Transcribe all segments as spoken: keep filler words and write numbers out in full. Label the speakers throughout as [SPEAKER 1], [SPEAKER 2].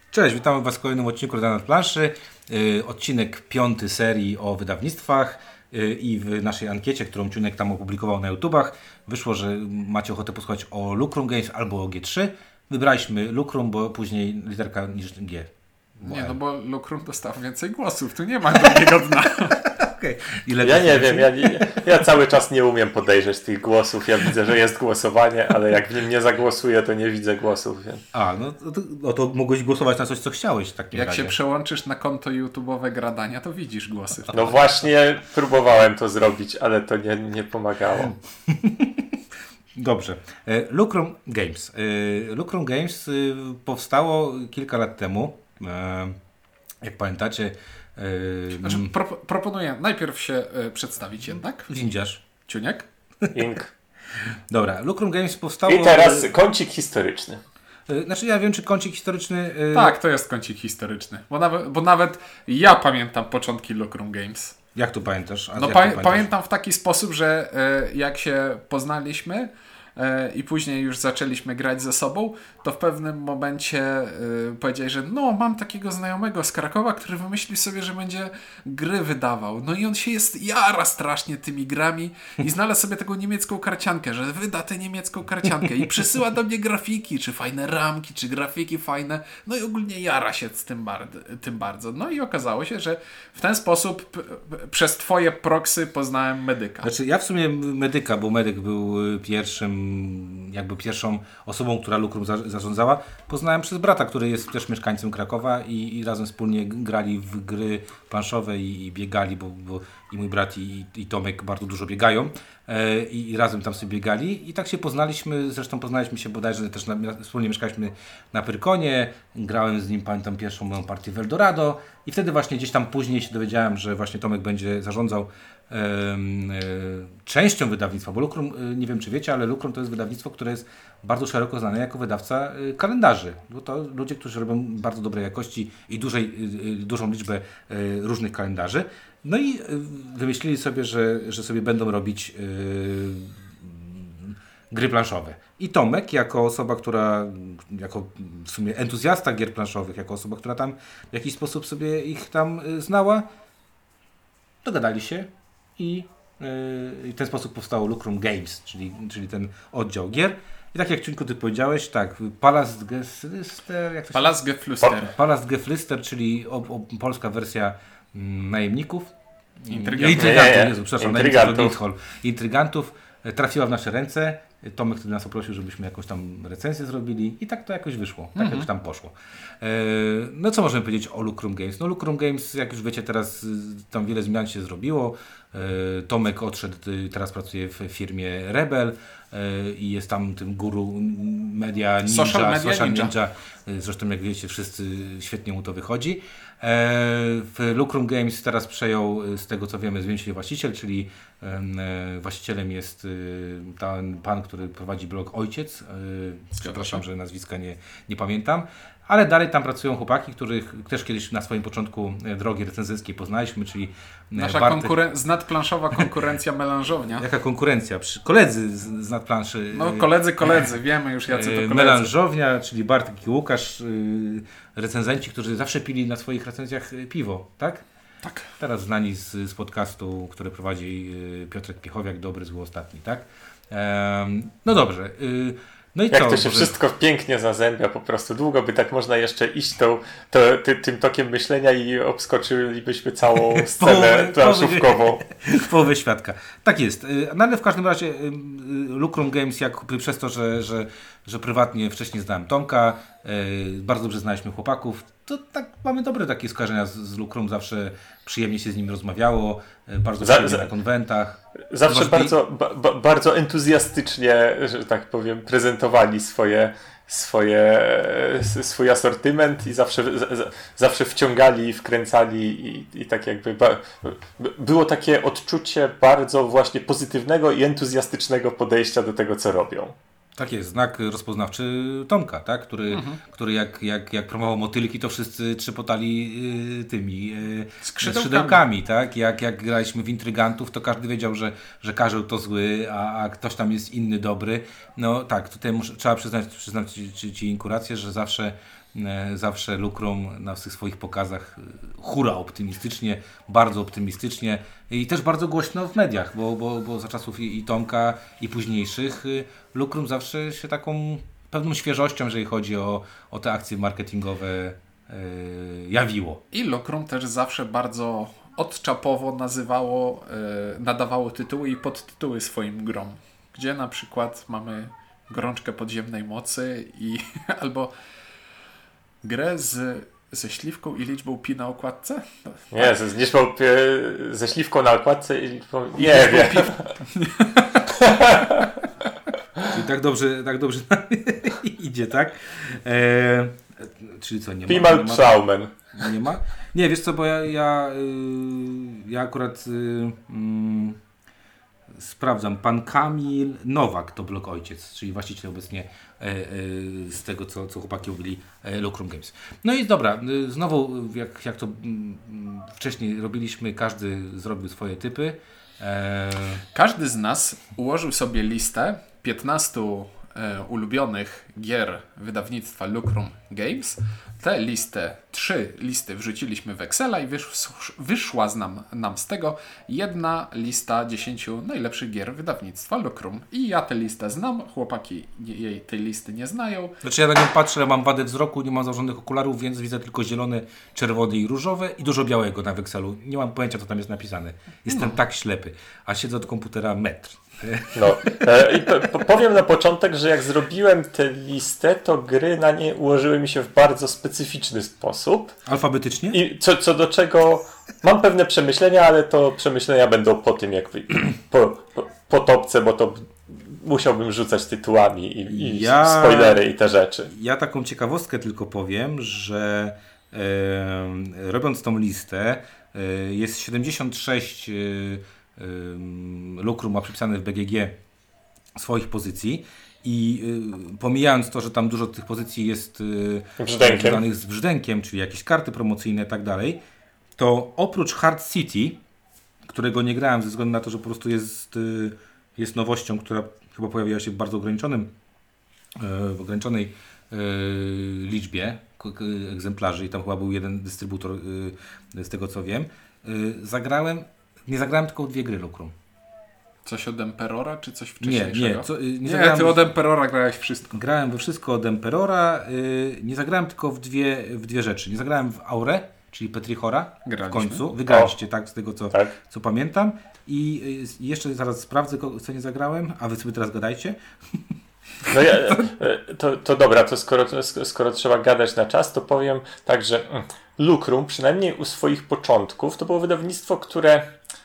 [SPEAKER 1] Cześć, witamy Was w kolejnym odcinku Radar nad planszy. Yy, odcinek piąty serii o wydawnictwach yy, i w naszej ankiecie, którą Ciunek tam opublikował na YouTubach, wyszło, że macie ochotę posłuchać o Lucrum Games albo o G trzy. Wybraliśmy Lucrum, bo później literka niż G.
[SPEAKER 2] Bo nie, no bo Lucrum dostał więcej głosów, tu nie ma drugiego dna.
[SPEAKER 1] Okay.
[SPEAKER 3] Ja nie wiem, ja, nie, ja cały czas nie umiem podejrzeć tych głosów. Ja widzę, że jest głosowanie, ale jak w nim nie zagłosuję, to nie widzę głosów. Więc...
[SPEAKER 1] A, no to, no to mogłeś głosować na coś, co chciałeś. Tak
[SPEAKER 2] jak razie. Się przełączysz na konto YouTube'owe Gradania, to widzisz głosy.
[SPEAKER 3] No właśnie próbowałem to zrobić, ale to nie, nie pomagało.
[SPEAKER 1] Dobrze. Lucrum Games. Lucrum Games powstało kilka lat temu. Jak pamiętacie...
[SPEAKER 2] Znaczy, pro, proponuję najpierw się y, przedstawić jednak.
[SPEAKER 1] Windziarz.
[SPEAKER 2] Ciuniek.
[SPEAKER 3] Ink.
[SPEAKER 1] Dobra, Lucrum Games powstało...
[SPEAKER 3] I teraz kącik historyczny.
[SPEAKER 1] Znaczy ja wiem, czy kącik historyczny... Yy...
[SPEAKER 2] Tak, to jest kącik historyczny. Bo nawet, bo nawet ja pamiętam początki Lucrum Games.
[SPEAKER 1] Jak tu pamiętasz? A
[SPEAKER 2] no
[SPEAKER 1] jak
[SPEAKER 2] pa-
[SPEAKER 1] pamiętasz?
[SPEAKER 2] Pamiętam w taki sposób, że y, jak się poznaliśmy i później już zaczęliśmy grać ze sobą, to w pewnym momencie yy, powiedziałeś, że no mam takiego znajomego z Krakowa, który wymyślił sobie, że będzie gry wydawał. No i on się jest jara strasznie tymi grami i znalazł sobie taką niemiecką karciankę, że wyda tę niemiecką karciankę i przysyła do mnie grafiki, czy fajne ramki, czy grafiki fajne. No i ogólnie jara się z tym, bar- tym bardzo. No i okazało się, że w ten sposób p- p- przez twoje proxy poznałem Medyka.
[SPEAKER 1] Znaczy ja w sumie Medyka, bo Medyk był pierwszym jakby pierwszą osobą, która Lucrum za, zarządzała, poznałem przez brata, który jest też mieszkańcem Krakowa i, i razem wspólnie grali w gry planszowe i, i biegali, bo, bo i mój brat i, i Tomek bardzo dużo biegają e, i, i razem tam sobie biegali i tak się poznaliśmy, zresztą poznaliśmy się bodajże też na, wspólnie mieszkaliśmy na Pyrkonie, grałem z nim, pamiętam pierwszą moją partię w Eldorado i wtedy właśnie gdzieś tam później się dowiedziałem, że właśnie Tomek będzie zarządzał e, e, częścią wydawnictwa, bo Lucrum, e, nie wiem czy wiecie, ale Lucrum to jest wydawnictwo, które jest bardzo szeroko znane jako wydawca e, kalendarzy, bo to ludzie, którzy robią bardzo dobrej jakości i dużej, e, dużą liczbę e, różnych kalendarzy. No i wymyślili sobie, że, że sobie będą robić yy, gry planszowe. I Tomek, jako osoba, która, jako w sumie entuzjasta gier planszowych, jako osoba, która tam w jakiś sposób sobie ich tam y, znała, dogadali się i yy, w ten sposób powstało Lucrum Games, czyli, czyli ten oddział gier. I tak jak Ciuńku ty powiedziałeś, tak, Palast Geflüster, jak to się...
[SPEAKER 2] Palast Geflüster.
[SPEAKER 1] Palast Geflüster, czyli o, o, polska wersja Najemników,
[SPEAKER 2] Intrygantów,
[SPEAKER 1] Intrygantów,
[SPEAKER 3] nie, nie.
[SPEAKER 1] Jezu, przepraszam,
[SPEAKER 3] Intrygantów.
[SPEAKER 1] Intrygantów trafiła w nasze ręce. Tomek wtedy nas poprosił, żebyśmy jakąś tam recenzję zrobili i tak to jakoś wyszło, tak
[SPEAKER 2] Mhm.
[SPEAKER 1] jakoś tam poszło. E, no co możemy powiedzieć o Lucrum Games? No Lucrum Games, jak już wiecie, teraz tam wiele zmian się zrobiło. E, Tomek odszedł, teraz pracuje w firmie Rebel e, i jest tam tym guru media ninja,
[SPEAKER 2] Social media
[SPEAKER 1] social
[SPEAKER 2] ninja.
[SPEAKER 1] ninja. Zresztą jak wiecie, wszyscy świetnie mu to wychodzi. W Lucrum Games teraz przejął, z tego co wiemy, zmienił się właściciel, czyli właścicielem jest ten pan, który prowadzi blog Ojciec. Przepraszam, że nazwiska nie, nie pamiętam. Ale dalej tam pracują chłopaki, których też kiedyś na swoim początku drogi recenzenckiej poznaliśmy, czyli
[SPEAKER 2] nasza
[SPEAKER 1] Bartek...
[SPEAKER 2] konkuren- znadplanszowa konkurencja melanżownia.
[SPEAKER 1] Jaka konkurencja? Koledzy z, z nadplanszy.
[SPEAKER 2] No koledzy, koledzy, wiemy już jacy to koledzy.
[SPEAKER 1] Melanżownia, czyli Bartek i Łukasz, recenzenci, którzy zawsze pili na swoich recenzjach piwo, tak?
[SPEAKER 2] Tak.
[SPEAKER 1] Teraz znani z, z podcastu, który prowadzi Piotrek Piechowiak, Dobry, Zły, Ostatni, tak? Ehm, no dobrze. No i
[SPEAKER 3] Jak
[SPEAKER 1] co?
[SPEAKER 3] to się
[SPEAKER 1] Może...
[SPEAKER 3] wszystko pięknie zazębia, po prostu długo by tak można jeszcze iść tą, to, ty, tym tokiem myślenia i obskoczylibyśmy całą scenę planszówkową.
[SPEAKER 1] W połowę świadka. Tak jest. No ale w każdym razie Lucrum Games, jak przez to, że, że, że prywatnie wcześniej znałem Tomka, bardzo dobrze znaliśmy chłopaków, to tak mamy dobre takie skojarzenia z, z Lucrum, zawsze przyjemnie się z nimi rozmawiało, bardzo
[SPEAKER 3] za,
[SPEAKER 1] przyjemnie
[SPEAKER 3] za,
[SPEAKER 1] na konwentach.
[SPEAKER 3] Zawsze bardzo, ba, ba, bardzo entuzjastycznie, że tak powiem, prezentowali swoje, swoje, swój asortyment i zawsze, z, zawsze wciągali i wkręcali i, i tak jakby ba, było takie odczucie bardzo właśnie pozytywnego i entuzjastycznego podejścia do tego, co robią.
[SPEAKER 1] Tak jest, znak rozpoznawczy Tomka, tak? który, mhm. który jak, jak, jak promował motylki, to wszyscy trzepotali y, tymi y,
[SPEAKER 2] skrzydełkami.
[SPEAKER 1] skrzydełkami, tak? Jak, jak graliśmy w Intrygantów, to każdy wiedział, że, że Karzeł to zły, a, a ktoś tam jest inny dobry. No tak, tutaj muszę, trzeba przyznać, przyznać ci, ci, ci inkurację, że zawsze e, zawsze Lucrum na tych swoich pokazach e, hura optymistycznie, bardzo optymistycznie i też bardzo głośno w mediach, bo, bo, bo za czasów i, i Tomka i późniejszych e, Lucrum zawsze się taką pewną świeżością, jeżeli chodzi o, o te akcje marketingowe e, jawiło.
[SPEAKER 2] I Lucrum też zawsze bardzo odczapowo nazywało, e, nadawało tytuły i podtytuły swoim grom. Gdzie na przykład mamy Gorączkę Podziemnej Mocy i albo grę z, ze śliwką i liczbą pi na okładce?
[SPEAKER 3] Nie, ze, liczbą, e, ze śliwką na okładce i liczbą... Nie wiem.
[SPEAKER 1] Czyli tak dobrze, tak dobrze idzie, tak? E, czyli co, nie ma?
[SPEAKER 3] Pimal
[SPEAKER 1] nie ma,
[SPEAKER 3] Traumen.
[SPEAKER 1] Nie ma? Nie, wiesz co, bo ja, ja, y, ja akurat y, y, sprawdzam. Pan Kamil Nowak to blog ojciec, czyli właściciel obecnie y, y, z tego, co, co chłopaki mówili, y, Lucrum Games. No i dobra, y, znowu jak, jak to y, wcześniej robiliśmy, każdy zrobił swoje typy. E...
[SPEAKER 2] Każdy z nas ułożył sobie listę piętnastu e, ulubionych gier wydawnictwa Lucrum Games. Tę listę, trzy listy wrzuciliśmy w Excela i wysz, wyszła z nam, nam z tego jedna lista dziesięciu najlepszych gier wydawnictwa Lucrum. I ja tę listę znam, chłopaki jej tej listy nie znają.
[SPEAKER 1] Znaczy ja na nią patrzę, mam wadę wzroku, nie mam założonych okularów, więc widzę tylko zielone, czerwone i różowe i dużo białego na Excelu. Nie mam pojęcia, co tam jest napisane. Jestem no. tak ślepy, a siedzę od komputera metr.
[SPEAKER 3] No, e, i po, powiem na początek, że jak zrobiłem tę listę, to gry na niej ułożyły mi się w bardzo specyficzny sposób.
[SPEAKER 1] Alfabetycznie?
[SPEAKER 3] I co, co do czego mam pewne przemyślenia, ale to przemyślenia będą po tym, jak po, po, po topce, bo to musiałbym rzucać tytułami i, i ja, spoilery i te rzeczy.
[SPEAKER 1] Ja taką ciekawostkę tylko powiem, że e, robiąc tą listę e, jest siedemdziesiąt sześć e, Lucrum ma przypisane w B G G swoich pozycji i y, pomijając to, że tam dużo tych pozycji jest y, związanych z brzdękiem, czyli jakieś karty promocyjne i tak dalej, to oprócz Hard City, którego nie grałem ze względu na to, że po prostu jest, y, jest nowością, która chyba pojawiła się w bardzo ograniczonym, y, w ograniczonej y, liczbie egzemplarzy i tam chyba był jeden dystrybutor y, z tego co wiem, y, zagrałem Nie zagrałem tylko w dwie gry Lucrum.
[SPEAKER 2] Coś od Emperora, czy coś wcześniejszego?
[SPEAKER 1] Nie, nie. Co, nie,
[SPEAKER 2] nie
[SPEAKER 1] zagrałem,
[SPEAKER 2] ty od Emperora grałeś wszystko.
[SPEAKER 1] Grałem we wszystko od Emperora. Yy, nie zagrałem tylko w dwie, w dwie rzeczy. Nie zagrałem w Aurę, czyli Petrichora. Graliśmy. W końcu. Wygraliście, o. tak, z tego co,
[SPEAKER 3] tak.
[SPEAKER 1] co pamiętam. I yy, jeszcze zaraz sprawdzę, co nie zagrałem, a wy sobie teraz gadajcie.
[SPEAKER 3] No ja, to, to dobra, to skoro, skoro trzeba gadać na czas, to powiem tak, że Lucrum, przynajmniej u swoich początków, to było wydawnictwo, które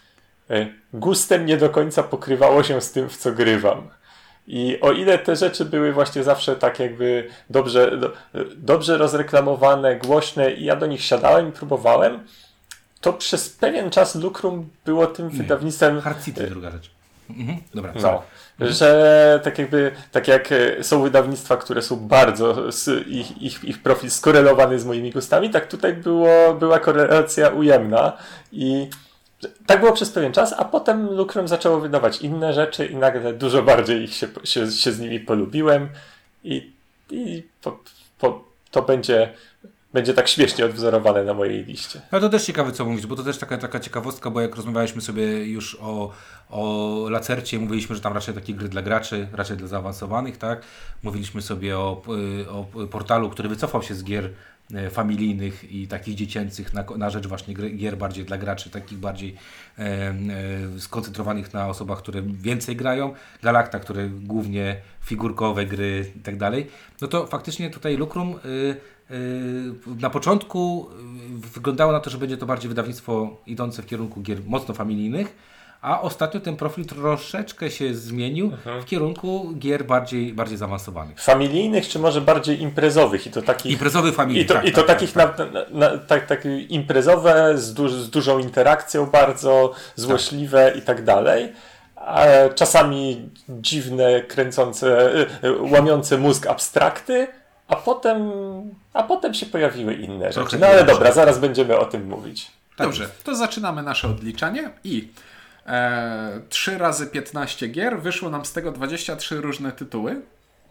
[SPEAKER 3] gustem nie do końca pokrywało się z tym, w co grywam. I o ile te rzeczy były właśnie zawsze tak jakby dobrze, do, dobrze rozreklamowane, głośne i ja do nich siadałem i próbowałem, to przez pewien czas Lucrum było tym nie. wydawnictwem...
[SPEAKER 1] Hard City, druga rzecz. Mhm. Dobra,
[SPEAKER 3] no, mhm. że tak jakby, tak jak są wydawnictwa, które są bardzo, ich, ich, ich profil skorelowany z moimi gustami, tak tutaj było, była korelacja ujemna i tak było przez pewien czas, a potem Lucrum zaczęło wydawać inne rzeczy i nagle dużo bardziej ich się, się, się z nimi polubiłem i, i po, po, to będzie, będzie tak śmiesznie odwzorowane na mojej liście.
[SPEAKER 1] No to też ciekawe co mówisz, bo to też taka, taka ciekawostka, bo jak rozmawialiśmy sobie już o, o Lacercie, mówiliśmy, że tam raczej takie gry dla graczy, raczej dla zaawansowanych, tak? Mówiliśmy sobie o, o portalu, który wycofał się z gier familijnych i takich dziecięcych na, na rzecz właśnie gier bardziej dla graczy, takich bardziej e, e, skoncentrowanych na osobach, które więcej grają, Galacta, które głównie figurkowe gry i tak dalej, no to faktycznie tutaj Lucrum y, y, na początku wyglądało na to, że będzie to bardziej wydawnictwo idące w kierunku gier mocno familijnych, a ostatnio ten profil troszeczkę się zmienił mhm. w kierunku gier bardziej, bardziej zaawansowanych.
[SPEAKER 3] Familijnych, czy może bardziej imprezowych? I to takich,
[SPEAKER 1] imprezowych familijnych.
[SPEAKER 3] I to,
[SPEAKER 1] tak,
[SPEAKER 3] i to
[SPEAKER 1] tak,
[SPEAKER 3] takich
[SPEAKER 1] tak,
[SPEAKER 3] na, na, na, tak, tak imprezowe, z, duż, z dużą interakcją bardzo, złośliwe tak. i tak dalej. A czasami dziwne, kręcące, łamiące mózg abstrakty, a potem, a potem się pojawiły inne rzeczy. Trochę no ale dobra, zaraz będziemy o tym mówić.
[SPEAKER 2] Dobrze, to zaczynamy nasze odliczanie i E, trzy razy piętnaście gier, wyszło nam z tego dwadzieścia trzy różne tytuły.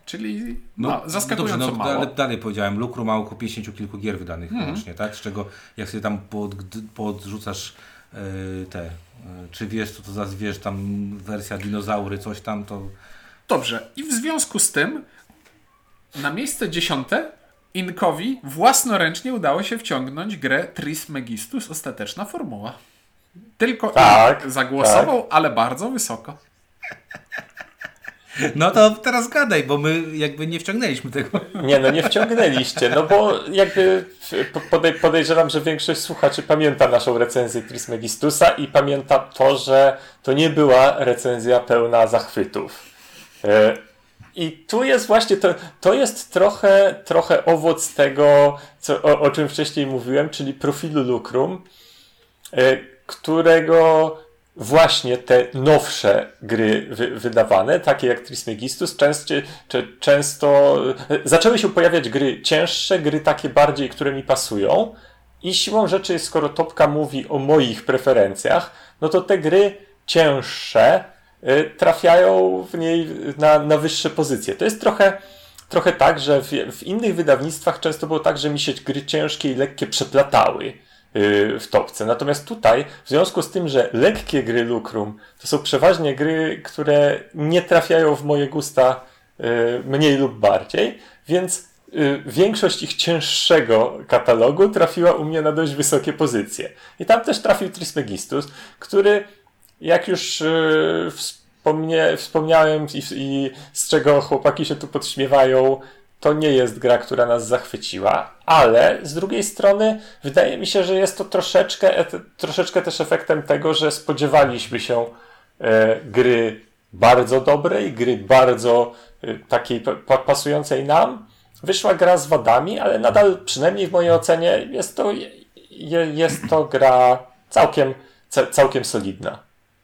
[SPEAKER 2] Czyli no, no, zaskakująco
[SPEAKER 1] dobrze, no,
[SPEAKER 2] mało.
[SPEAKER 1] Ale dalej powiedziałem, Lucru ma około pięćdziesięciu kilku gier wydanych
[SPEAKER 2] hmm.
[SPEAKER 1] łącznie, tak? Z czego jak sobie tam pod, podrzucasz yy, te, yy, czy wiesz, co to za zwierz, tam wersja dinozaury, coś tam, to...
[SPEAKER 2] Dobrze, i w związku z tym na miejsce dziesiąte Inkowi własnoręcznie udało się wciągnąć grę Trismegistus Ostateczna Formuła. Tylko
[SPEAKER 3] tak,
[SPEAKER 2] Ink zagłosował,
[SPEAKER 3] tak.
[SPEAKER 2] ale bardzo wysoko.
[SPEAKER 1] No to teraz gadaj, bo my jakby nie wciągnęliśmy tego.
[SPEAKER 3] Nie, no nie wciągnęliście, no bo jakby podej- podejrzewam, że większość słuchaczy pamięta naszą recenzję Trismegistusa i pamięta to, że to nie była recenzja pełna zachwytów. I tu jest właśnie, to, to jest trochę, trochę owoc tego, co, o, o czym wcześniej mówiłem, czyli profilu Lucrum, którego właśnie te nowsze gry wy, wydawane, takie jak Trismegistus, często, często zaczęły się pojawiać gry cięższe, gry takie bardziej, które mi pasują i siłą rzeczy, skoro Topka mówi o moich preferencjach, no to te gry cięższe y, trafiają w niej na, na wyższe pozycje. To jest trochę, trochę tak, że w, w innych wydawnictwach często było tak, że mi się gry ciężkie i lekkie przeplatały w topce. Natomiast tutaj, w związku z tym, że lekkie gry Lucrum to są przeważnie gry, które nie trafiają w moje gusta y, mniej lub bardziej, więc y, większość ich cięższego katalogu trafiła u mnie na dość wysokie pozycje. I tam też trafił Trismegistus, który, jak już y, wspomnie, wspomniałem i, i z czego chłopaki się tu podśmiewają, to nie jest gra, która nas zachwyciła, ale z drugiej strony wydaje mi się, że jest to troszeczkę, troszeczkę też efektem tego, że spodziewaliśmy się e, gry bardzo dobrej, gry bardzo e, takiej pa, pasującej nam. Wyszła gra z wadami, ale nadal, przynajmniej w mojej ocenie, jest to, je, jest to gra całkiem, całkiem solidna.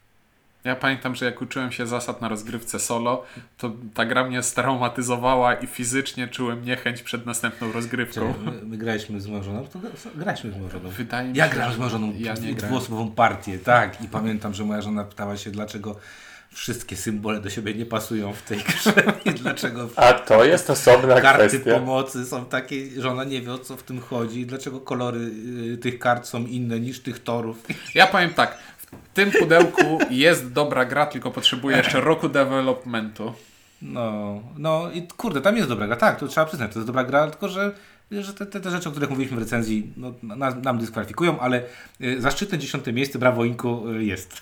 [SPEAKER 2] Ja pamiętam, że jak uczyłem się zasad na rozgrywce solo, to ta gra mnie straumatyzowała i fizycznie czułem niechęć przed następną rozgrywką.
[SPEAKER 1] My, my graliśmy z moją żoną, to graliśmy z moją żoną.
[SPEAKER 2] Wydaje mi
[SPEAKER 1] ja
[SPEAKER 2] się,
[SPEAKER 1] grałem z moją żoną
[SPEAKER 2] ja
[SPEAKER 1] w
[SPEAKER 2] nie
[SPEAKER 1] dwuosobową partię, tak. I pamiętam, że moja żona pytała się, dlaczego wszystkie symbole do siebie nie pasują w tej grze i dlaczego
[SPEAKER 3] A to jest osobna
[SPEAKER 1] karty
[SPEAKER 3] kwestia.
[SPEAKER 1] pomocy są takie, że ona nie wie, o co w tym chodzi, dlaczego kolory y, tych kart są inne niż tych torów.
[SPEAKER 2] Ja powiem tak, w tym pudełku jest dobra gra, tylko potrzebuje jeszcze roku developmentu.
[SPEAKER 1] No, no i kurde, tam jest dobra gra, tak, to trzeba przyznać, to jest dobra gra, tylko że, że te, te, te rzeczy, o których mówiliśmy w recenzji, no, nas, nam dyskwalifikują, ale y, zaszczytne dziesiąte miejsce, brawo Inku, y, jest.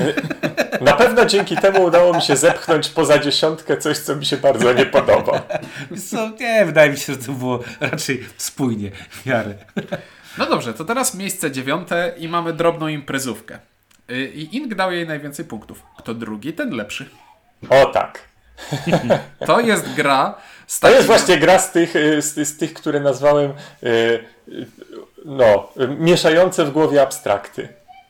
[SPEAKER 3] Na pewno dzięki temu udało mi się zepchnąć poza dziesiątkę coś, co mi się bardzo nie podoba.
[SPEAKER 1] Co, nie, wydaje mi się, że to było raczej spójnie w miarę.
[SPEAKER 2] No dobrze, to teraz miejsce dziewiąte i mamy drobną imprezówkę. I Ink dał jej najwięcej punktów. Kto drugi, ten lepszy.
[SPEAKER 3] O tak.
[SPEAKER 2] To jest gra... Z
[SPEAKER 3] to
[SPEAKER 2] takim...
[SPEAKER 3] jest właśnie gra z tych, z, z tych które nazwałem yy, no, mieszające w głowie abstrakty.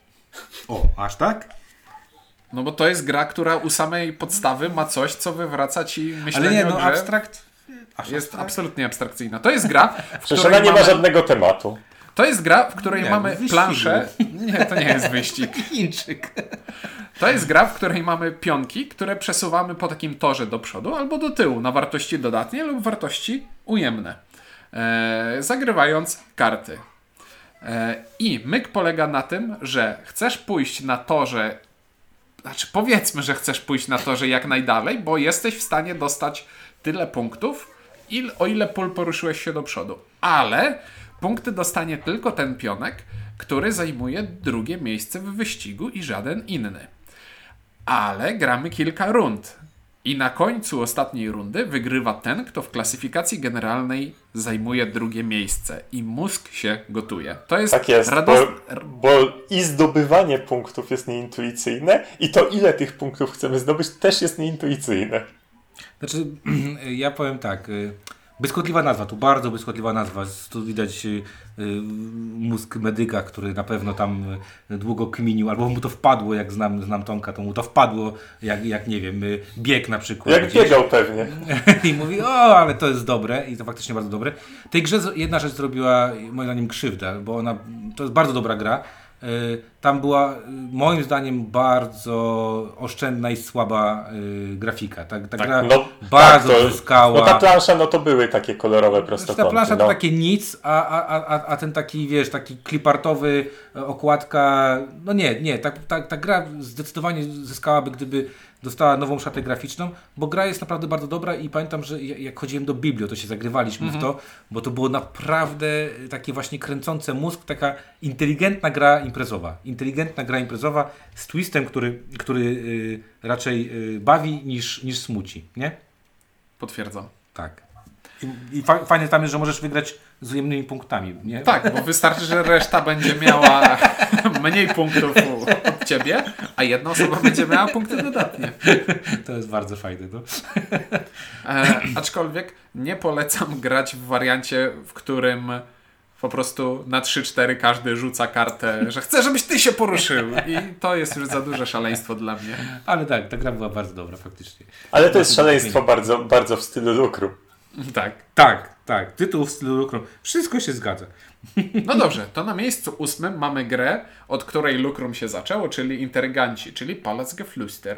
[SPEAKER 1] O, aż tak?
[SPEAKER 2] No bo to jest gra, która u samej podstawy ma coś, co wywraca ci myślenie
[SPEAKER 1] Ale nie, no
[SPEAKER 2] o grze.
[SPEAKER 1] abstrakt... Aż
[SPEAKER 2] Jest
[SPEAKER 1] abstrakt?
[SPEAKER 2] absolutnie abstrakcyjna. To jest gra, w
[SPEAKER 3] Przecież
[SPEAKER 2] której
[SPEAKER 3] ona nie
[SPEAKER 2] mamy...
[SPEAKER 3] ma żadnego tematu.
[SPEAKER 2] To jest gra, w której
[SPEAKER 1] Nie,
[SPEAKER 2] mamy
[SPEAKER 1] wyścigu.
[SPEAKER 2] planszę. Nie, to nie jest wyścig.
[SPEAKER 1] Chińczyk.
[SPEAKER 2] To jest gra, w której mamy pionki, które przesuwamy po takim torze do przodu albo do tyłu na wartości dodatnie lub wartości ujemne. E, zagrywając karty. E, I myk polega na tym, że chcesz pójść na torze, znaczy powiedzmy, że chcesz pójść na torze jak najdalej, bo jesteś w stanie dostać tyle punktów, il, o ile pól poruszyłeś się do przodu. Ale punkty dostanie tylko ten pionek, który zajmuje drugie miejsce w wyścigu i żaden inny. Ale gramy kilka rund. I na końcu ostatniej rundy wygrywa ten, kto w klasyfikacji generalnej zajmuje drugie miejsce. I mózg się gotuje. To jest,
[SPEAKER 3] Tak jest,
[SPEAKER 2] rados...
[SPEAKER 3] bo, bo i zdobywanie punktów jest nieintuicyjne i to ile tych punktów chcemy zdobyć też jest nieintuicyjne.
[SPEAKER 1] Znaczy, ja powiem tak, błyskotliwa nazwa, tu bardzo błyskotliwa nazwa, tu widać y, mózg medyka, który na pewno tam długo kminił, albo mu to wpadło, jak znam, znam Tomka, to mu to wpadło, jak, jak nie wiem, bieg na przykład.
[SPEAKER 3] Jak
[SPEAKER 1] gdzieś.
[SPEAKER 3] biegał pewnie.
[SPEAKER 1] I mówi, o, ale to jest dobre i to faktycznie bardzo dobre. Tej grze jedna rzecz zrobiła moim zdaniem krzywdę, bo ona, to jest bardzo dobra gra, tam była y, moim zdaniem bardzo oszczędna i słaba y, grafika. Ta, ta
[SPEAKER 3] Tak,
[SPEAKER 1] gra
[SPEAKER 3] no,
[SPEAKER 1] bardzo
[SPEAKER 3] tak, to,
[SPEAKER 1] zyskała.
[SPEAKER 3] No ta plansza, no to były takie kolorowe prostokąty.
[SPEAKER 1] Ta plansza
[SPEAKER 3] no.
[SPEAKER 1] to takie nic, a, a, a, a ten taki, wiesz, taki klipartowy okładka, no nie, nie, ta, ta, ta gra zdecydowanie zyskałaby, gdyby dostała nową szatę graficzną, bo gra jest naprawdę bardzo dobra i pamiętam, że jak chodziłem do Biblio, to się zagrywaliśmy mhm. w to, bo to było naprawdę takie właśnie kręcące mózg, taka inteligentna gra imprezowa. Inteligentna gra imprezowa z twistem, który, który yy, raczej yy, bawi niż, niż smuci, nie?
[SPEAKER 2] Potwierdzam.
[SPEAKER 1] Tak. I, i fa- fajnie tam jest, że możesz wygrać z ujemnymi punktami, nie?
[SPEAKER 2] Tak, bo wystarczy, że reszta będzie miała mniej punktów od ciebie, a jedna osoba będzie miała punkty dodatnie.
[SPEAKER 1] To jest bardzo fajne. No.
[SPEAKER 2] E, aczkolwiek nie polecam grać w wariancie, w którym po prostu na trzy cztery każdy rzuca kartę, że chce, żebyś ty się poruszył. I to jest już za duże szaleństwo dla mnie.
[SPEAKER 1] Ale tak, ta gra była bardzo dobra faktycznie.
[SPEAKER 3] Ale to jest szaleństwo bardzo, bardzo w stylu Lucrum.
[SPEAKER 2] Tak.
[SPEAKER 1] Tak, tak. Tytuł w stylu Lucrum. Wszystko się zgadza.
[SPEAKER 2] No dobrze, to na miejscu ósmym mamy grę, od której Lucrum się zaczęło, czyli Interganci, czyli Palazgeflüster.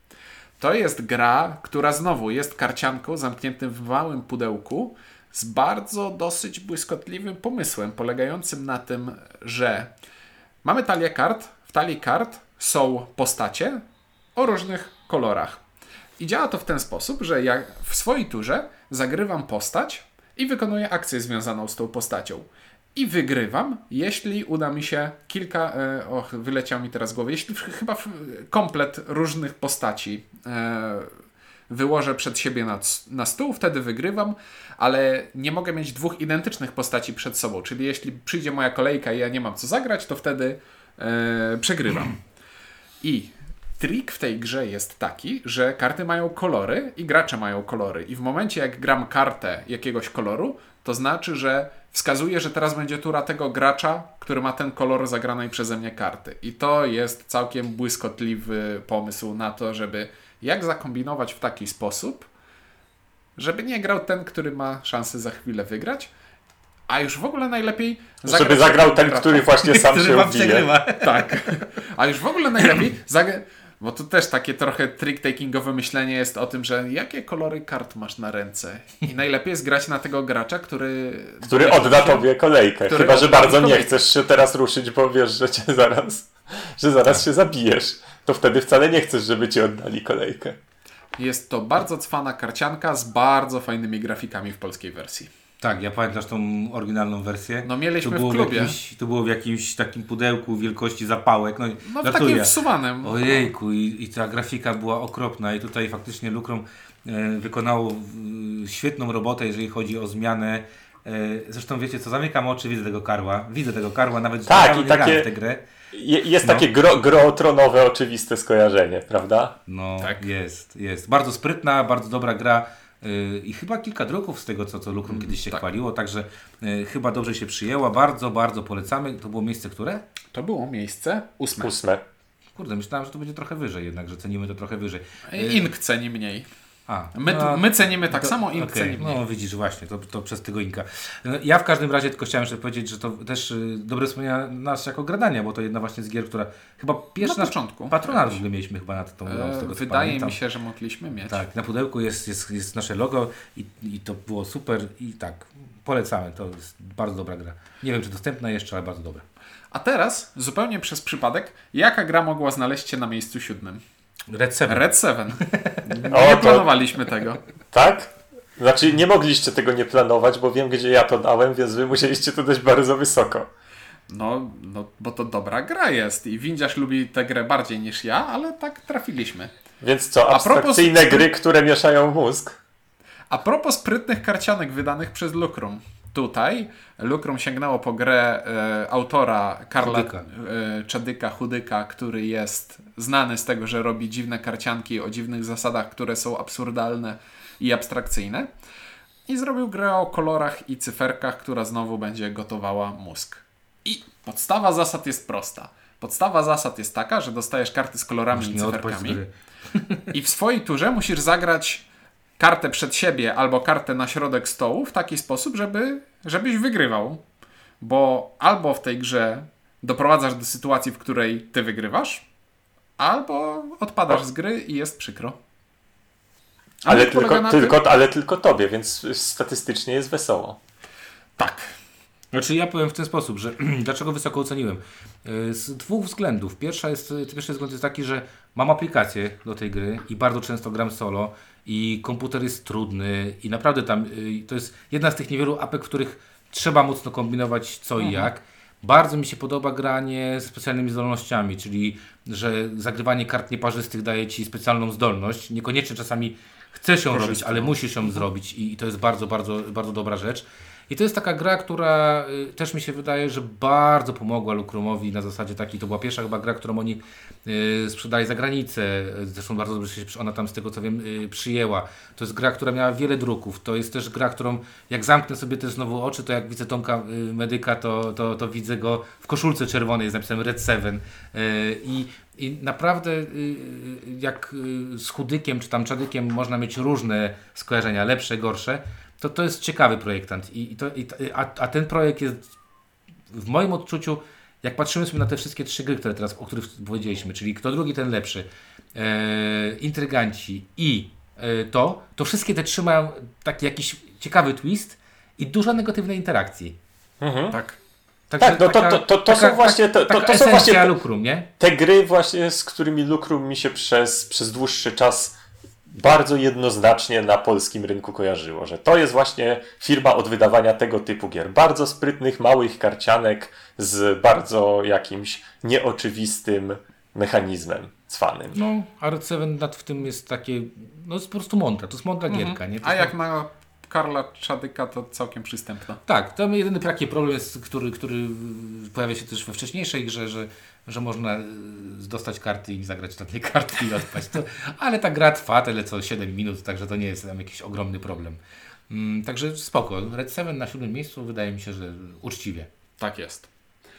[SPEAKER 2] To jest gra, która znowu jest karcianką zamkniętym w małym pudełku z bardzo dosyć błyskotliwym pomysłem, polegającym na tym, że mamy talię kart. W talii kart są postacie o różnych kolorach. I działa to w ten sposób, że ja w swojej turze zagrywam postać i wykonuję akcję związaną z tą postacią. I wygrywam, jeśli uda mi się kilka, e, och, wyleciał mi teraz z głowy, jeśli chyba w, komplet różnych postaci e, wyłożę przed siebie na, na stół, wtedy wygrywam, ale nie mogę mieć dwóch identycznych postaci przed sobą, czyli jeśli przyjdzie moja kolejka i ja nie mam co zagrać, to wtedy e, przegrywam. I trik w tej grze jest taki, że karty mają kolory i gracze mają kolory. I w momencie, jak gram kartę jakiegoś koloru, to znaczy, że wskazuje, że teraz będzie tura tego gracza, który ma ten kolor zagranej przeze mnie karty. I to jest całkiem błyskotliwy pomysł na to, żeby jak zakombinować w taki sposób, żeby nie grał ten, który ma szansę za chwilę wygrać, a już w ogóle najlepiej
[SPEAKER 3] zagrać żeby zagrał ten, gracza, który właśnie sam który się ubije.
[SPEAKER 2] Tak. A już w ogóle najlepiej zagrać. Bo tu też takie trochę trick-takingowe myślenie jest o tym, że jakie kolory kart masz na ręce. I najlepiej jest grać na tego gracza, który...
[SPEAKER 3] Który odda się, tobie kolejkę. Chyba, że bardzo
[SPEAKER 2] kolejkę.
[SPEAKER 3] nie chcesz się teraz ruszyć, bo wiesz, że cię zaraz, że zaraz się zabijesz. To wtedy wcale nie chcesz, żeby ci oddali kolejkę.
[SPEAKER 2] Jest to bardzo cwana karcianka z bardzo fajnymi grafikami w polskiej wersji.
[SPEAKER 1] Tak, ja pamiętasz tą oryginalną wersję.
[SPEAKER 2] No mieliśmy
[SPEAKER 1] to było
[SPEAKER 2] w klubie.
[SPEAKER 1] W jakimś, to było w jakimś takim pudełku wielkości zapałek. No,
[SPEAKER 2] no w takim wsuwanym.
[SPEAKER 1] Ojejku, i, i ta grafika była okropna i tutaj faktycznie Lucrum e, wykonało e, świetną robotę, jeżeli chodzi o zmianę. E, zresztą wiecie co, zamykam oczy, widzę tego karła. Widzę tego karła, nawet
[SPEAKER 3] tak, i
[SPEAKER 1] nie
[SPEAKER 3] takie,
[SPEAKER 1] w tę grę.
[SPEAKER 3] Je, jest
[SPEAKER 1] no.
[SPEAKER 3] takie gro, grotronowe oczywiste skojarzenie, prawda?
[SPEAKER 1] No,
[SPEAKER 2] tak.
[SPEAKER 1] jest, jest. Bardzo sprytna, bardzo dobra gra. I chyba kilka druków z tego, co, co Lucrum kiedyś się
[SPEAKER 2] tak.
[SPEAKER 1] chwaliło, także y, chyba dobrze się przyjęła. Bardzo, bardzo polecamy. To było miejsce które?
[SPEAKER 2] To było miejsce ósme.
[SPEAKER 3] Ósme.
[SPEAKER 1] Kurde, myślałem, że to będzie trochę wyżej jednak, że cenimy to trochę wyżej.
[SPEAKER 2] Ink ceni mniej.
[SPEAKER 1] A,
[SPEAKER 2] my,
[SPEAKER 1] no,
[SPEAKER 2] my cenimy tak
[SPEAKER 1] to,
[SPEAKER 2] samo, Ink
[SPEAKER 1] okay.
[SPEAKER 2] ceni mniej.
[SPEAKER 1] No widzisz, właśnie, to, to przez tego Inka. Ja w każdym razie tylko chciałem jeszcze powiedzieć, że to też y, dobre wspomnienia nas jako Gradania, bo to jedna właśnie z gier, która chyba pierwszy
[SPEAKER 2] na początku.
[SPEAKER 1] Patronat w ogóle mieliśmy chyba nad tą grą, z tego co
[SPEAKER 2] Wydaje
[SPEAKER 1] pamiętam.
[SPEAKER 2] mi się, że mogliśmy mieć.
[SPEAKER 1] Tak, na pudełku jest, jest, jest nasze logo i, i to było super i tak, polecamy, to jest bardzo dobra gra. Nie wiem, czy dostępna jeszcze, ale bardzo dobra.
[SPEAKER 2] A teraz, zupełnie przez przypadek, jaka gra mogła znaleźć się na miejscu siódmym?
[SPEAKER 1] Red Seven.
[SPEAKER 2] Red Seven.
[SPEAKER 3] O,
[SPEAKER 2] nie
[SPEAKER 3] to...
[SPEAKER 2] planowaliśmy tego.
[SPEAKER 3] Tak? Znaczy nie mogliście tego nie planować, bo wiem, gdzie ja to dałem, więc wy musieliście to dać bardzo wysoko.
[SPEAKER 2] No, no, bo to dobra gra jest i Windziarz lubi tę grę bardziej niż ja, ale tak trafiliśmy.
[SPEAKER 3] Więc co, abstrakcyjne propos... gry, które mieszają mózg?
[SPEAKER 2] A propos sprytnych karcianek wydanych przez Lucrum. Tutaj Lucrum sięgnęło po grę e, autora Karla
[SPEAKER 1] Chudyka.
[SPEAKER 2] E, Czadyka Chudyka, który jest znany z tego, że robi dziwne karcianki o dziwnych zasadach, które są absurdalne i abstrakcyjne. I zrobił grę o kolorach i cyferkach, która znowu będzie gotowała mózg. I podstawa zasad jest prosta. Podstawa zasad jest taka, że dostajesz karty z kolorami i cyferkami i w swojej turze musisz zagrać kartę przed siebie albo kartę na środek stołu w taki sposób, żeby, żebyś wygrywał. Bo albo w tej grze doprowadzasz do sytuacji, w której ty wygrywasz, albo odpadasz z gry i jest przykro. A
[SPEAKER 3] Ale
[SPEAKER 2] myk polega
[SPEAKER 3] tylko,
[SPEAKER 2] na
[SPEAKER 3] tylko,
[SPEAKER 2] tym-
[SPEAKER 3] ale tylko tobie, więc statystycznie jest wesoło.
[SPEAKER 2] Tak.
[SPEAKER 1] Znaczy ja powiem w ten sposób, że dlaczego wysoko oceniłem? Yy, Z dwóch względów. Pierwsza jest, pierwszy wzgląd jest taki, że mam aplikację do tej gry i bardzo często gram solo i komputer jest trudny i naprawdę tam yy, to jest jedna z tych niewielu apek, w których trzeba mocno kombinować co i jak. Bardzo mi się podoba granie z specjalnymi zdolnościami, czyli że zagrywanie kart nieparzystych daje Ci specjalną zdolność. Niekoniecznie czasami chcesz ją robić, ale musisz ją zrobić i, i to jest bardzo, bardzo, bardzo dobra rzecz. I to jest taka gra, która y, też mi się wydaje, że bardzo pomogła Lucrumowi na zasadzie takiej, to była pierwsza chyba gra, którą oni y, sprzedali za granicę, zresztą bardzo dobrze się ona tam z tego co wiem y, przyjęła. To jest gra, która miała wiele druków, to jest też gra, którą jak zamknę sobie też znowu oczy, to jak widzę Tomka y, Medyka, to, to, to widzę go w koszulce czerwonej z napisem Red Seven y, i i naprawdę y, y, jak y, z Chudykiem czy tam Czadykiem można mieć różne skojarzenia, lepsze, gorsze, to to jest ciekawy projektant. I, i to, i, a, a ten projekt jest w moim odczuciu, jak patrzymy sobie na te wszystkie trzy gry, które teraz, o których powiedzieliśmy, czyli kto drugi, ten lepszy, e, Intryganci i e, to, to wszystkie te trzy mają taki jakiś ciekawy twist i dużo negatywnej interakcji.
[SPEAKER 3] Mhm.
[SPEAKER 2] Tak.
[SPEAKER 1] Także
[SPEAKER 3] Tak, no to,
[SPEAKER 1] taka-
[SPEAKER 3] to, to, to
[SPEAKER 1] taka-
[SPEAKER 3] są właśnie, to, to,
[SPEAKER 1] taka
[SPEAKER 3] to są
[SPEAKER 1] esencja
[SPEAKER 3] właśnie te,
[SPEAKER 1] Lucrum, nie?
[SPEAKER 3] te gry właśnie, z którymi Lucrum mi się przez, przez dłuższy czas bardzo jednoznacznie na polskim rynku kojarzyło, że to jest właśnie firma od wydawania tego typu gier. Bardzo sprytnych, małych karcianek z bardzo jakimś nieoczywistym mechanizmem cwanym.
[SPEAKER 1] No, a Red Seven nad w tym jest takie, no jest po prostu mądra, to jest mądra gierka, nie? To
[SPEAKER 2] A
[SPEAKER 1] jest
[SPEAKER 2] jak na Karla Czadyka to całkiem przystępna.
[SPEAKER 1] Tak, tam jedyny taki problem jest, który, który pojawia się też we wcześniejszej grze, że, że można y, dostać karty i zagrać na tej karty i odpaść. To, ale ta gra trwa tyle co siedem minut, także to nie jest tam jakiś ogromny problem. Mm, także spoko. Red Seven na siódmym miejscu wydaje mi się, że uczciwie.
[SPEAKER 2] Tak jest.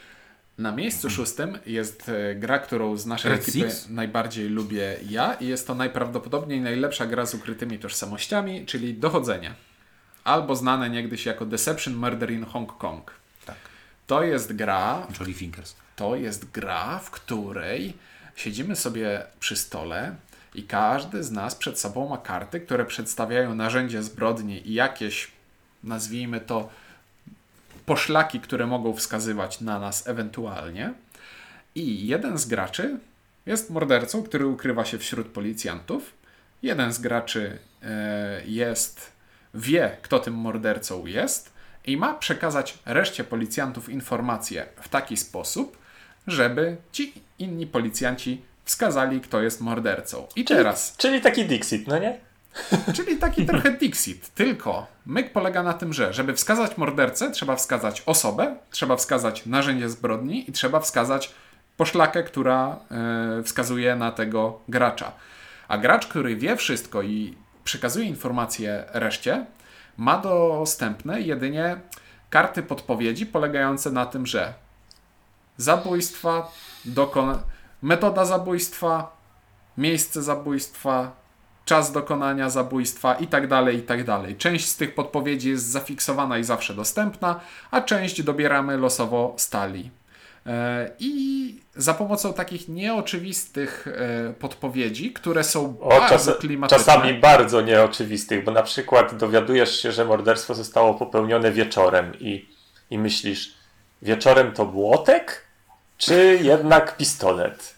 [SPEAKER 2] Na miejscu szóstym jest e, gra, którą z naszej
[SPEAKER 1] Red
[SPEAKER 2] ekipy
[SPEAKER 1] Six?
[SPEAKER 2] najbardziej lubię ja i jest to najprawdopodobniej najlepsza gra z ukrytymi tożsamościami, czyli Dochodzenie. Albo znane niegdyś jako Deception Murder in Hong Kong.
[SPEAKER 1] Tak.
[SPEAKER 2] To jest gra,
[SPEAKER 1] Jolly Fingers.
[SPEAKER 2] to jest gra, w której siedzimy sobie przy stole i każdy z nas przed sobą ma karty, które przedstawiają narzędzie zbrodni i jakieś, nazwijmy to, poszlaki, które mogą wskazywać na nas ewentualnie. I jeden z graczy jest mordercą, który ukrywa się wśród policjantów. Jeden z graczy e, jest, wie, kto tym mordercą jest i ma przekazać reszcie policjantów informacje w taki sposób, żeby ci inni policjanci wskazali, kto jest mordercą. I teraz...
[SPEAKER 3] Czyli taki Dixit, no nie?
[SPEAKER 2] Czyli taki trochę Dixit, tylko myk polega na tym, że żeby wskazać mordercę, trzeba wskazać osobę, trzeba wskazać narzędzie zbrodni i trzeba wskazać poszlakę, która e, wskazuje na tego gracza. A gracz, który wie wszystko i przekazuje informacje reszcie, ma dostępne jedynie karty podpowiedzi polegające na tym, że zabójstwa, dokona- metoda zabójstwa, miejsce zabójstwa, czas dokonania zabójstwa i tak dalej, i tak dalej. Część z tych podpowiedzi jest zafiksowana i zawsze dostępna, a część dobieramy losowo stali. E, I za pomocą takich nieoczywistych e, podpowiedzi, które są
[SPEAKER 3] O,
[SPEAKER 2] bardzo
[SPEAKER 3] czas,
[SPEAKER 2] klimatyczne.
[SPEAKER 3] czasami bardzo nieoczywistych, bo na przykład dowiadujesz się, że morderstwo zostało popełnione wieczorem i, i myślisz, wieczorem to młotek, czy jednak pistolet?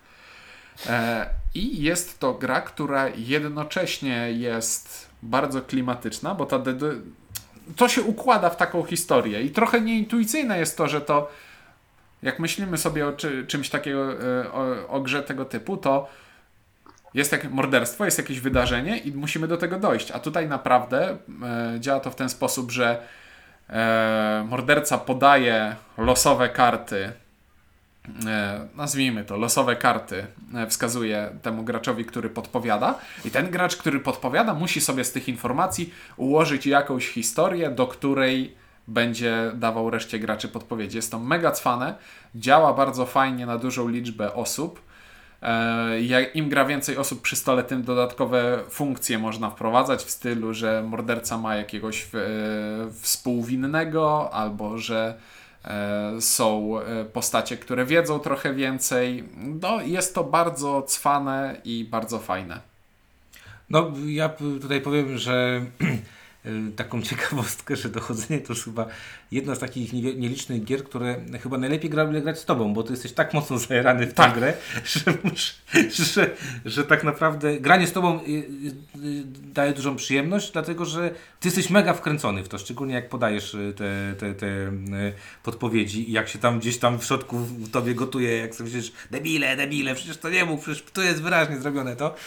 [SPEAKER 2] E, I jest to gra, która jednocześnie jest bardzo klimatyczna, bo ta dedy- to się układa w taką historię i trochę nieintuicyjne jest to, że to jak myślimy sobie o czy, czymś takiego, e, o, o grze tego typu, to jest jak morderstwo, jest jakieś wydarzenie i musimy do tego dojść. A tutaj naprawdę e, działa to w ten sposób, że e, morderca podaje losowe karty, e, nazwijmy to, losowe karty e, wskazuje temu graczowi, który podpowiada i ten gracz, który podpowiada, musi sobie z tych informacji ułożyć jakąś historię, do której będzie dawał reszcie graczy podpowiedzi. Jest to mega cwane, działa bardzo fajnie na dużą liczbę osób. E, jak im gra więcej osób przy stole, tym dodatkowe funkcje można wprowadzać w stylu, że morderca ma jakiegoś e, współwinnego, albo że są postacie, które wiedzą trochę więcej. No, jest to bardzo cwane i bardzo fajne.
[SPEAKER 1] No, ja tutaj powiem, że taką ciekawostkę, że Dochodzenie to jest chyba jedna z takich nielicznych gier, które chyba najlepiej gra, grać z tobą, bo ty jesteś tak mocno zajarany w
[SPEAKER 2] tak.
[SPEAKER 1] tę grę, że, że, że tak naprawdę granie z tobą daje dużą przyjemność, dlatego że ty jesteś mega wkręcony w to, szczególnie jak podajesz te, te, te podpowiedzi i jak się tam gdzieś tam w środku w tobie gotuje, jak sobie myślisz, debile, debile, przecież to nie mów, przecież tu jest wyraźnie zrobione to.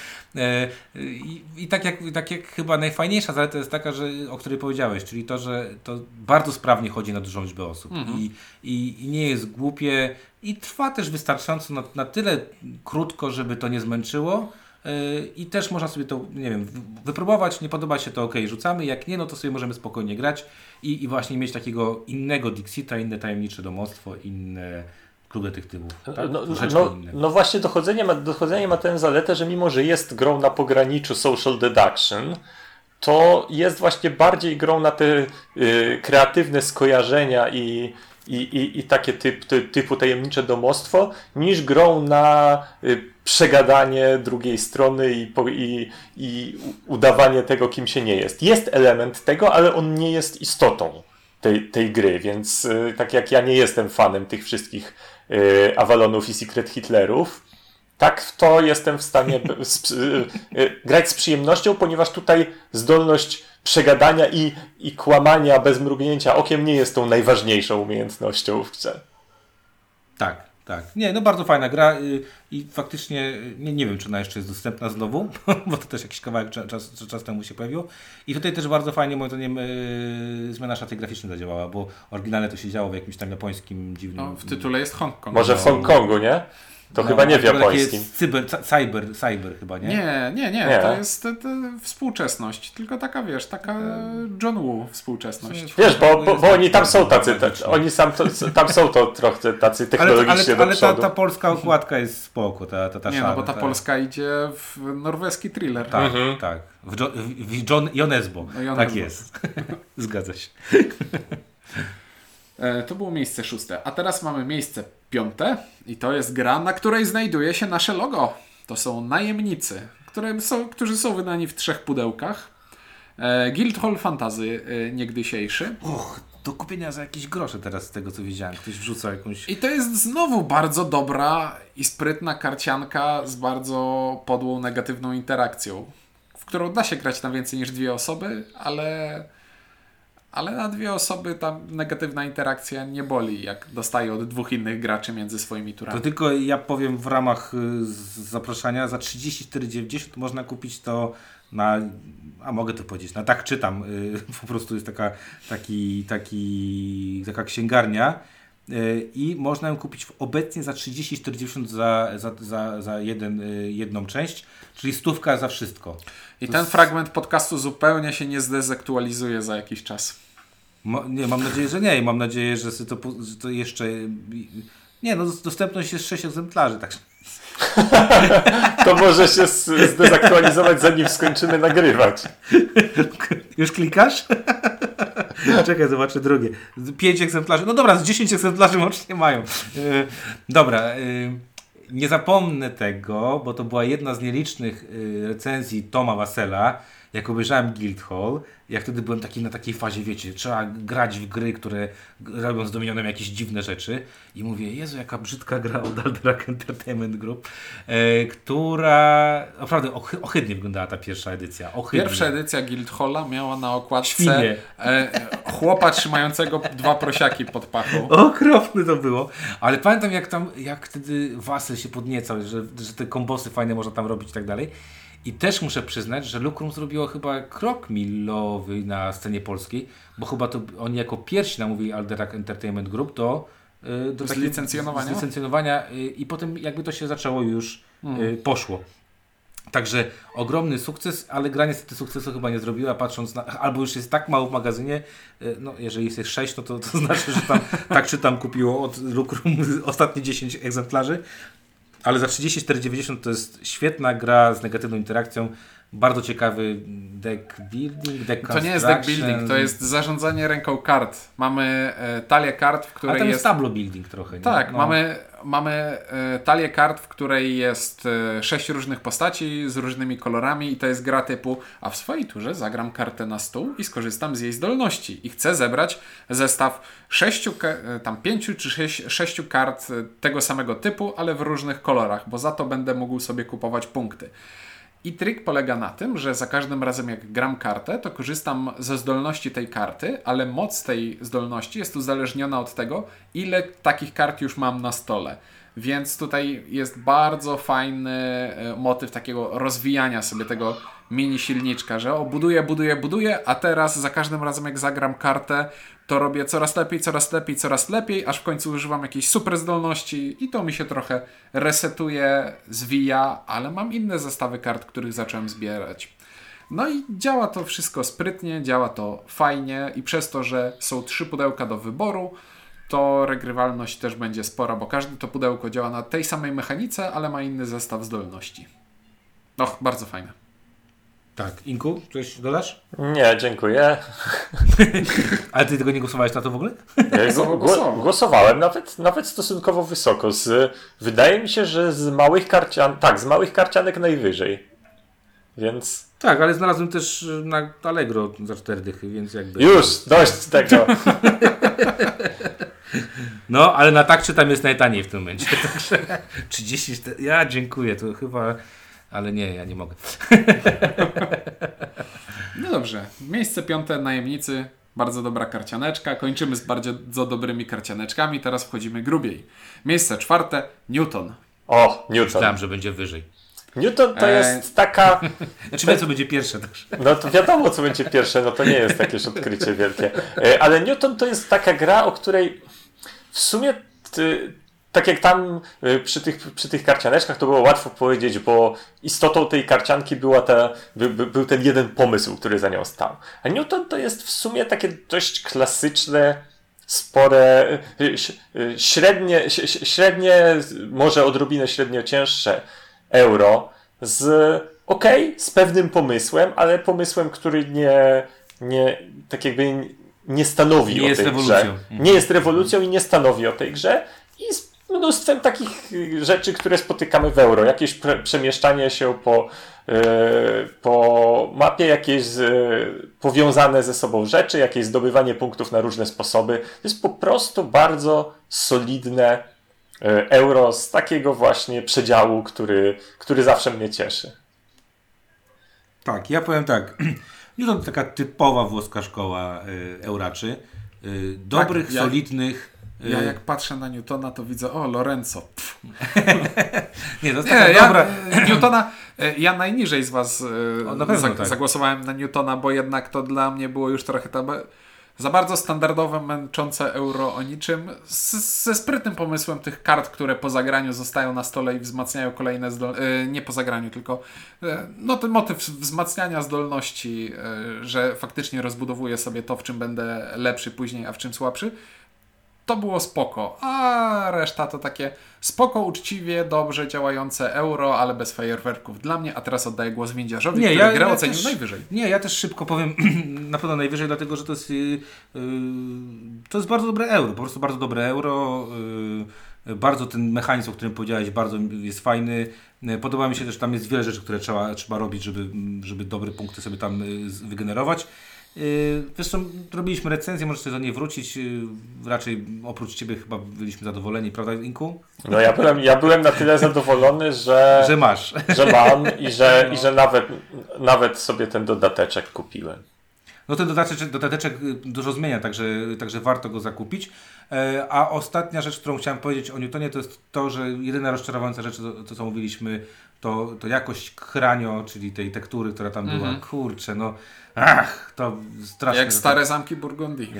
[SPEAKER 1] I, i tak, jak, tak jak chyba najfajniejsza zaleta jest taka, że, o której powiedziałeś, czyli to, że to bardzo sprawnie chodzi na dużą liczbę osób mhm. I, i, i nie jest głupie i trwa też wystarczająco na, na tyle krótko, żeby to nie zmęczyło. I też można sobie to, nie wiem, wypróbować, nie podoba się to, ok, rzucamy, jak nie, no to sobie możemy spokojnie grać i, i właśnie mieć takiego innego Dixita, inne tajemnicze domostwo, inne klub detektywów. Tak?
[SPEAKER 3] No, no, no właśnie dochodzenie ma, dochodzenie ma tę zaletę, że mimo, że jest grą na pograniczu social deduction, to jest właśnie bardziej grą na te y, kreatywne skojarzenia i I, i, i takie typ, ty, typu tajemnicze domostwo, niż grą na y, przegadanie drugiej strony i, po, i, i udawanie tego, kim się nie jest. Jest element tego, ale on nie jest istotą tej, tej gry, więc y, tak jak ja nie jestem fanem tych wszystkich y, Avalonów i Secret Hitlerów, tak w to jestem w stanie z, y, y, grać z przyjemnością, ponieważ tutaj zdolność przegadania i, i kłamania bez mrugnięcia okiem nie jest tą najważniejszą umiejętnością w grze.
[SPEAKER 1] Tak, tak. Nie, no bardzo fajna gra y, i faktycznie nie, nie wiem, czy ona jeszcze jest dostępna znowu, bo to też jakiś kawałek czas, czas, czas temu się pojawiło. I tutaj też bardzo fajnie, moim zdaniem, yy, zmiana szaty graficznej zadziałała, bo oryginalnie to się działo w jakimś tam japońskim dziwnym...
[SPEAKER 2] No, w tytule jest Hongkong.
[SPEAKER 3] Może w Hongkongu, nie? To no, chyba nie w japońskim.
[SPEAKER 1] Cyber, cyber, cyber chyba, nie?
[SPEAKER 2] Nie, nie, nie. nie. To jest to, to współczesność. Tylko taka, wiesz, taka John Woo współczesność.
[SPEAKER 3] Wiesz, bo, bo, bo oni tam są tacy, ta, oni sam to, tam są to trochę tacy technologicznie
[SPEAKER 1] ale, ale,
[SPEAKER 3] do przodu.
[SPEAKER 1] Ale ta, ta polska okładka jest spoko, ta, ta, ta
[SPEAKER 2] Nie,
[SPEAKER 1] szara,
[SPEAKER 2] no bo ta
[SPEAKER 1] ta...
[SPEAKER 2] polska idzie w norweski thriller.
[SPEAKER 1] Tak, mhm. tak. W, jo, w John Jonesbo. No, tak jest. Zgadza się.
[SPEAKER 2] To było miejsce szóste. A teraz mamy miejsce piąte i to jest gra, na której znajduje się nasze logo. To są Najemnicy, które są, którzy są wydani w trzech pudełkach. E, Guildhall Fantasy e, niegdysiejszy.
[SPEAKER 1] Och, do kupienia za jakieś grosze teraz z tego co widziałem. Ktoś wrzucał jakąś...
[SPEAKER 2] I to jest znowu bardzo dobra i sprytna karcianka z bardzo podłą, negatywną interakcją, w którą da się grać na więcej niż dwie osoby, ale... Ale na dwie osoby ta negatywna interakcja nie boli, jak dostaje od dwóch innych graczy między swoimi turami.
[SPEAKER 1] To tylko ja powiem w ramach zaproszenia, za trzydzieści cztery dziewięćdziesiąt można kupić to na, a mogę to powiedzieć, na Tak Czytam, po prostu jest taka, taki, taki, taka księgarnia i można ją kupić obecnie za trzydzieści cztery dziewięćdziesiąt za, za, za, za jeden, jedną część, czyli stówka za wszystko.
[SPEAKER 2] I
[SPEAKER 1] to
[SPEAKER 2] ten
[SPEAKER 1] jest...
[SPEAKER 2] fragment podcastu zupełnie się nie zdezaktualizuje za jakiś czas.
[SPEAKER 1] Ma, nie, mam nadzieję, że nie. I mam nadzieję, że to, że to jeszcze... Nie, no dostępność jest sześć egzemplarzy, tak.
[SPEAKER 3] To może się zdezaktualizować, zanim skończymy nagrywać.
[SPEAKER 1] Już klikasz? Czekaj, zobaczę drugie. pięć egzemplarzy. No dobra, z dziesięć egzemplarzy łącznie mają. Yy, dobra. Yy, nie zapomnę tego, bo to była jedna z nielicznych yy, recenzji Toma Wassela, jak obejrzałem Guildhall. Ja wtedy byłem taki, na takiej fazie, wiecie, trzeba grać w gry, które robią z Dominionem jakieś dziwne rzeczy. I mówię, Jezu, jaka brzydka gra od Alderac Entertainment Group, e, która naprawdę och- ohydnie wyglądała ta pierwsza edycja. Ohydnie.
[SPEAKER 2] Pierwsza edycja Guildhalla miała na okładce e, chłopa trzymającego dwa prosiaki pod pachą.
[SPEAKER 1] Okropne to było. Ale pamiętam, jak tam, jak wtedy Wassel się podniecał, że, że te kombosy fajne można tam robić i tak dalej. I też muszę przyznać, że Lucrum zrobiło chyba krok milowy na scenie polskiej, bo chyba to oni jako pierwsi namówili Alderac Entertainment Group do, yy, do takiego
[SPEAKER 2] zlicencjonowania,
[SPEAKER 1] zlicencjonowania yy, i potem jakby to się zaczęło już
[SPEAKER 2] hmm.
[SPEAKER 1] yy, poszło. Także ogromny sukces, ale gra niestety sukcesu chyba nie zrobiła, patrząc na, albo już jest tak mało w magazynie, yy, no jeżeli jest sześć, no to, to znaczy, że tam tak czy tam kupiło od Lucrum ostatnie dziesięć egzemplarzy. Ale za trzydzieści cztery dziewięćdziesiąt to jest świetna gra z negatywną interakcją. Bardzo ciekawy deck building, deck
[SPEAKER 2] To nie jest deck building, to jest zarządzanie ręką kart. Mamy e, talię kart, w której
[SPEAKER 1] Ale tam jest
[SPEAKER 2] jest...
[SPEAKER 1] tableau building trochę. Nie?
[SPEAKER 2] Tak,
[SPEAKER 1] no.
[SPEAKER 2] mamy, mamy e, talię kart, w której jest e, sześć różnych postaci z różnymi kolorami i to jest gra typu, a w swojej turze zagram kartę na stół i skorzystam z jej zdolności. I chcę zebrać zestaw sześciu, ka- tam pięciu czy sześć, sześciu kart tego samego typu, ale w różnych kolorach, bo za to będę mógł sobie kupować punkty. I trik polega na tym, że za każdym razem jak gram kartę, to korzystam ze zdolności tej karty, ale moc tej zdolności jest uzależniona od tego, ile takich kart już mam na stole. Więc tutaj jest bardzo fajny e, motyw takiego rozwijania sobie tego mini silniczka, że o, buduję, buduję, buduję, a teraz za każdym razem jak zagram kartę, to robię coraz lepiej, coraz lepiej, coraz lepiej, aż w końcu używam jakiejś super zdolności i to mi się trochę resetuje, zwija, ale mam inne zestawy kart, których zacząłem zbierać. No i działa to wszystko sprytnie, działa to fajnie i przez to, że są trzy pudełka do wyboru, to regrywalność też będzie spora, bo każde to pudełko działa na tej samej mechanice, ale ma inny zestaw zdolności. Och, bardzo fajne.
[SPEAKER 1] Tak. Inku, coś dodasz?
[SPEAKER 3] Nie, dziękuję.
[SPEAKER 1] Ale ty tego nie głosowałeś na to w ogóle?
[SPEAKER 3] Ja gło- głosowałem nawet, nawet stosunkowo wysoko. Z, wydaje mi się, że z małych karcian, tak, z małych karcianek najwyżej. Więc...
[SPEAKER 1] Tak, ale znalazłem też na Allegro za cztery dychy, więc jakby...
[SPEAKER 3] Już, dość tego.
[SPEAKER 1] No, ale na tak czy tam jest najtaniej w tym momencie. Także trzydzieści cztery... Ja dziękuję, to chyba... Ale nie, ja nie mogę.
[SPEAKER 2] No dobrze. Miejsce piąte, najemnicy. Bardzo dobra karcianeczka. Kończymy z bardzo dobrymi karcianeczkami. Teraz wchodzimy grubiej. Miejsce czwarte, Newton.
[SPEAKER 3] O, Newton.
[SPEAKER 1] Myślałem, że będzie wyżej.
[SPEAKER 3] Newton to
[SPEAKER 2] Eee.
[SPEAKER 3] jest taka...
[SPEAKER 1] Znaczy wiem, co będzie pierwsze też.
[SPEAKER 3] No to wiadomo, co będzie pierwsze, no to nie jest jakieś odkrycie wielkie. E, Ale Newton to jest taka gra, o której w sumie... Ty, tak jak tam y, przy tych, przy tych karcianeczkach to było łatwo powiedzieć, bo istotą tej karcianki była ta, by, by, był ten jeden pomysł, który za nią stał. A Newton to jest w sumie takie dość klasyczne, spore, y, y, średnie, ś, średnie, może odrobinę średnio cięższe euro z okej, okay, z pewnym pomysłem, ale pomysłem, który nie, nie tak jakby nie stanowi
[SPEAKER 1] nie
[SPEAKER 3] o
[SPEAKER 1] jest
[SPEAKER 3] tej
[SPEAKER 1] rewolucją.
[SPEAKER 3] grze. Nie jest rewolucją i nie stanowi o tej grze. I z mnóstwem takich rzeczy, które spotykamy w euro. Jakieś pre- przemieszczanie się po, yy, po mapie, jakieś yy, powiązane ze sobą rzeczy, jakieś zdobywanie punktów na różne sposoby. To jest po prostu bardzo solidne yy, euro z takiego właśnie przedziału, który, który zawsze mnie cieszy.
[SPEAKER 1] Tak, ja powiem tak. Newton to taka typowa włoska szkoła y, euraczy. Y, dobrych,
[SPEAKER 2] tak, ja,
[SPEAKER 1] solidnych... Y...
[SPEAKER 2] Ja jak patrzę na Newtona, to widzę, o, Lorenzo.
[SPEAKER 1] nie, to jest
[SPEAKER 2] nie,
[SPEAKER 1] taka
[SPEAKER 2] ja,
[SPEAKER 1] dobra...
[SPEAKER 2] Newtona, ja najniżej z was
[SPEAKER 1] o, na pewno,
[SPEAKER 2] za,
[SPEAKER 1] tak.
[SPEAKER 2] zagłosowałem na Newtona, bo jednak to dla mnie było już trochę tam... Za bardzo standardowe, męczące euro o niczym, z, ze sprytnym pomysłem tych kart, które po zagraniu zostają na stole i wzmacniają kolejne zdolności, e, nie po zagraniu, tylko e, no ten motyw wzmacniania zdolności, e, że faktycznie rozbudowuję sobie to, w czym będę lepszy później, a w czym słabszy. To było spoko, a reszta to takie spoko, uczciwie, dobrze działające euro, ale bez fajerwerków dla mnie, a teraz oddaję głos windziarzowi,
[SPEAKER 1] nie,
[SPEAKER 2] który
[SPEAKER 1] ja,
[SPEAKER 2] grę
[SPEAKER 1] ja
[SPEAKER 2] ocenił
[SPEAKER 1] też,
[SPEAKER 2] najwyżej.
[SPEAKER 1] Nie, ja też szybko powiem, na pewno najwyżej, dlatego że to jest yy, yy, to jest bardzo dobre euro, po prostu bardzo dobre euro, yy, bardzo ten mechanizm, o którym powiedziałeś, bardzo jest fajny. Podoba mi się też, że tam jest wiele rzeczy, które trzeba, trzeba robić, żeby, żeby dobre punkty sobie tam wygenerować. Zresztą robiliśmy recenzję, możesz sobie do niej wrócić. Raczej oprócz Ciebie chyba byliśmy zadowoleni, prawda, Inku?
[SPEAKER 3] No ja byłem, ja byłem na tyle zadowolony, że,
[SPEAKER 1] że masz.
[SPEAKER 3] Że mam i że,
[SPEAKER 1] no.
[SPEAKER 3] i że nawet, nawet sobie ten dodateczek kupiłem.
[SPEAKER 1] No ten dodateczek, dodateczek dużo zmienia, także, także warto go zakupić. A ostatnia rzecz, którą chciałem powiedzieć o Newtonie, to jest to, że jedyna rozczarowująca rzecz, to, to co mówiliśmy, to, to jakość kranio, czyli tej tektury, która tam była. Mm-hmm. Kurczę, no ach, to strasznie.
[SPEAKER 2] Jak stare zamki Burgundii.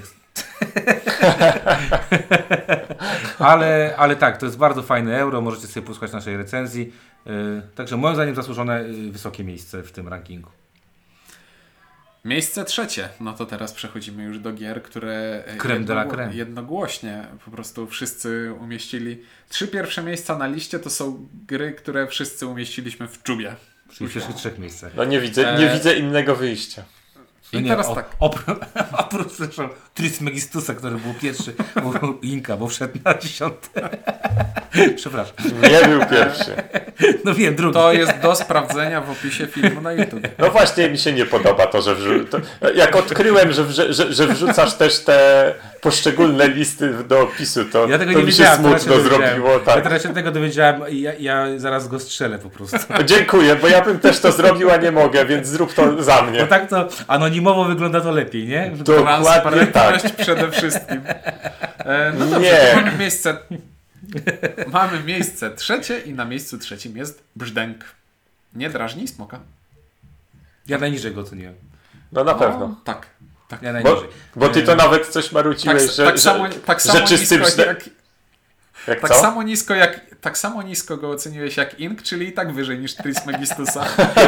[SPEAKER 1] ale, ale tak, to jest bardzo fajne euro, możecie sobie posłuchać naszej recenzji. Także moim zdaniem zasłużone wysokie miejsce w tym rankingu.
[SPEAKER 2] Miejsce trzecie. No to teraz przechodzimy już do gier, które
[SPEAKER 1] creme de la
[SPEAKER 2] jednogło-
[SPEAKER 1] creme.
[SPEAKER 2] jednogłośnie po prostu wszyscy umieścili. Trzy pierwsze miejsca na liście to są gry, które wszyscy umieściliśmy w czubie.
[SPEAKER 1] Czyli w pierwszych trzech miejscach.
[SPEAKER 3] No nie widzę, nie e... widzę innego wyjścia.
[SPEAKER 1] No
[SPEAKER 2] I
[SPEAKER 1] nie,
[SPEAKER 2] teraz
[SPEAKER 1] o,
[SPEAKER 2] tak.
[SPEAKER 1] Oprócz zresztą Trismegistusa, który był pierwszy, był Inka, bo wszedł na dziesiąte. Przepraszam.
[SPEAKER 3] Nie był pierwszy.
[SPEAKER 1] No wiem, drugi.
[SPEAKER 2] To jest do sprawdzenia w opisie filmu na YouTube.
[SPEAKER 3] No właśnie mi się nie podoba to, że wrzu- to, jak odkryłem, że, wrze- że, że wrzucasz też te poszczególne listy do opisu, to,
[SPEAKER 1] ja tego
[SPEAKER 3] to
[SPEAKER 1] nie
[SPEAKER 3] mi się smutno się zrobiło. Tak.
[SPEAKER 1] Ja teraz się tego dowiedziałem i ja, ja zaraz go strzelę po prostu.
[SPEAKER 3] Dziękuję, bo ja bym też to zrobił, a nie mogę, więc zrób to za mnie.
[SPEAKER 1] Bo tak to anonimowo wygląda to lepiej, nie?
[SPEAKER 3] Dokładnie tak.
[SPEAKER 2] Przede wszystkim. E, no dobrze,
[SPEAKER 3] nie.
[SPEAKER 2] mamy miejsce mamy miejsce trzecie i na miejscu trzecim jest brzdęk. Nie drażnij smoka.
[SPEAKER 1] Ja najniżej go oceniłem.
[SPEAKER 3] No na
[SPEAKER 2] o,
[SPEAKER 3] pewno.
[SPEAKER 2] Tak. tak.
[SPEAKER 1] Ja najniżej.
[SPEAKER 3] Bo, bo ty to nawet coś marudziłeś,
[SPEAKER 2] tak,
[SPEAKER 3] że,
[SPEAKER 2] tak
[SPEAKER 3] że,
[SPEAKER 2] samo, tak samo
[SPEAKER 3] że czystym
[SPEAKER 2] nisko jak,
[SPEAKER 3] jak
[SPEAKER 2] tak
[SPEAKER 3] co?
[SPEAKER 2] samo nisko jak tak samo nisko go oceniłeś jak Ink, czyli i tak wyżej niż Trismegistusa.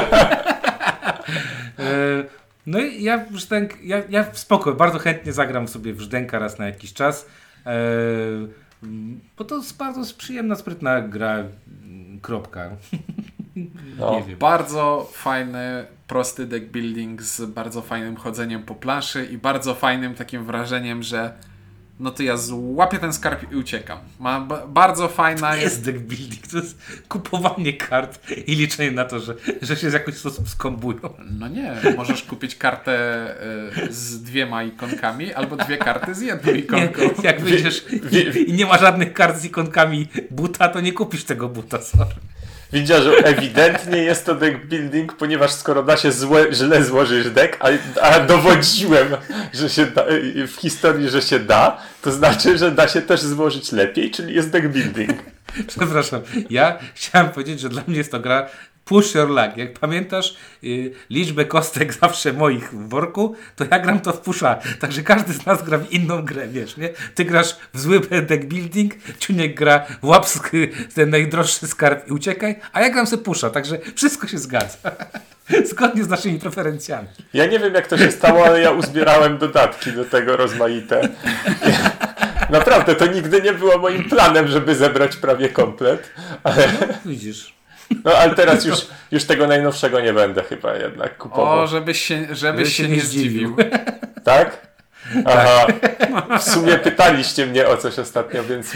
[SPEAKER 1] No i ja brzdęk, ja, ja spoko, bardzo chętnie zagram sobie w brzdęka raz na jakiś czas, e, bo to jest bardzo przyjemna, sprytna gra, kropka.
[SPEAKER 3] No.
[SPEAKER 1] Nie wiem.
[SPEAKER 2] Bardzo fajny, prosty deck building z bardzo fajnym chodzeniem po planszy i bardzo fajnym takim wrażeniem, że no to ja złapię ten skarb i uciekam. Ma b- bardzo fajna
[SPEAKER 1] To jest deck building, to jest kupowanie kart i liczenie na to, że, że się w jakiś sposób skombują.
[SPEAKER 2] No nie, możesz kupić kartę y, z dwiema ikonkami albo dwie karty z jedną ikonką.
[SPEAKER 1] Nie, jak wyjdziesz i, i nie ma żadnych kart z ikonkami buta, to nie kupisz tego buta, sorry.
[SPEAKER 3] Widział, że ewidentnie jest to deck building, ponieważ skoro da się złe, źle złożyć deck, a, a dowodziłem, że się da, w historii, że się da, to znaczy, że da się też złożyć lepiej, czyli jest deck building.
[SPEAKER 1] Przepraszam, ja chciałem powiedzieć, że dla mnie jest to gra push your luck. Jak pamiętasz yy, liczbę kostek zawsze moich w worku, to ja gram to w pusha. Także każdy z nas gra w inną grę, wiesz, nie? Ty grasz w zły deck building, Ciuniek gra w łap ten najdroższy skarb i uciekaj, a ja gram sobie pusha, także wszystko się zgadza. Zgodnie z naszymi preferencjami.
[SPEAKER 3] Ja nie wiem, jak to się stało, ale ja uzbierałem dodatki do tego rozmaite. Naprawdę, to nigdy nie było moim planem, żeby zebrać prawie komplet. Ale...
[SPEAKER 1] No, widzisz.
[SPEAKER 3] No ale teraz już, już tego najnowszego nie będę chyba jednak kupował.
[SPEAKER 2] O, żebyś się, żebyś się, się nie zdziwił.
[SPEAKER 3] Tak? Aha. W sumie pytaliście mnie o coś ostatnio, więc...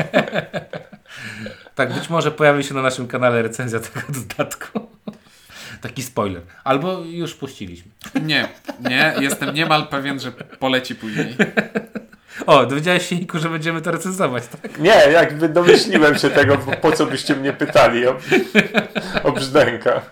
[SPEAKER 1] Tak, być może pojawi się na naszym kanale recenzja tego dodatku. Taki spoiler. Albo już puściliśmy.
[SPEAKER 2] Nie, nie, jestem niemal pewien, że poleci później.
[SPEAKER 1] O, dowiedziałeś się, Niku, że będziemy to recenzować, tak?
[SPEAKER 3] Nie, jakby domyśliłem się tego, bo po co byście mnie pytali o, o brzdęka.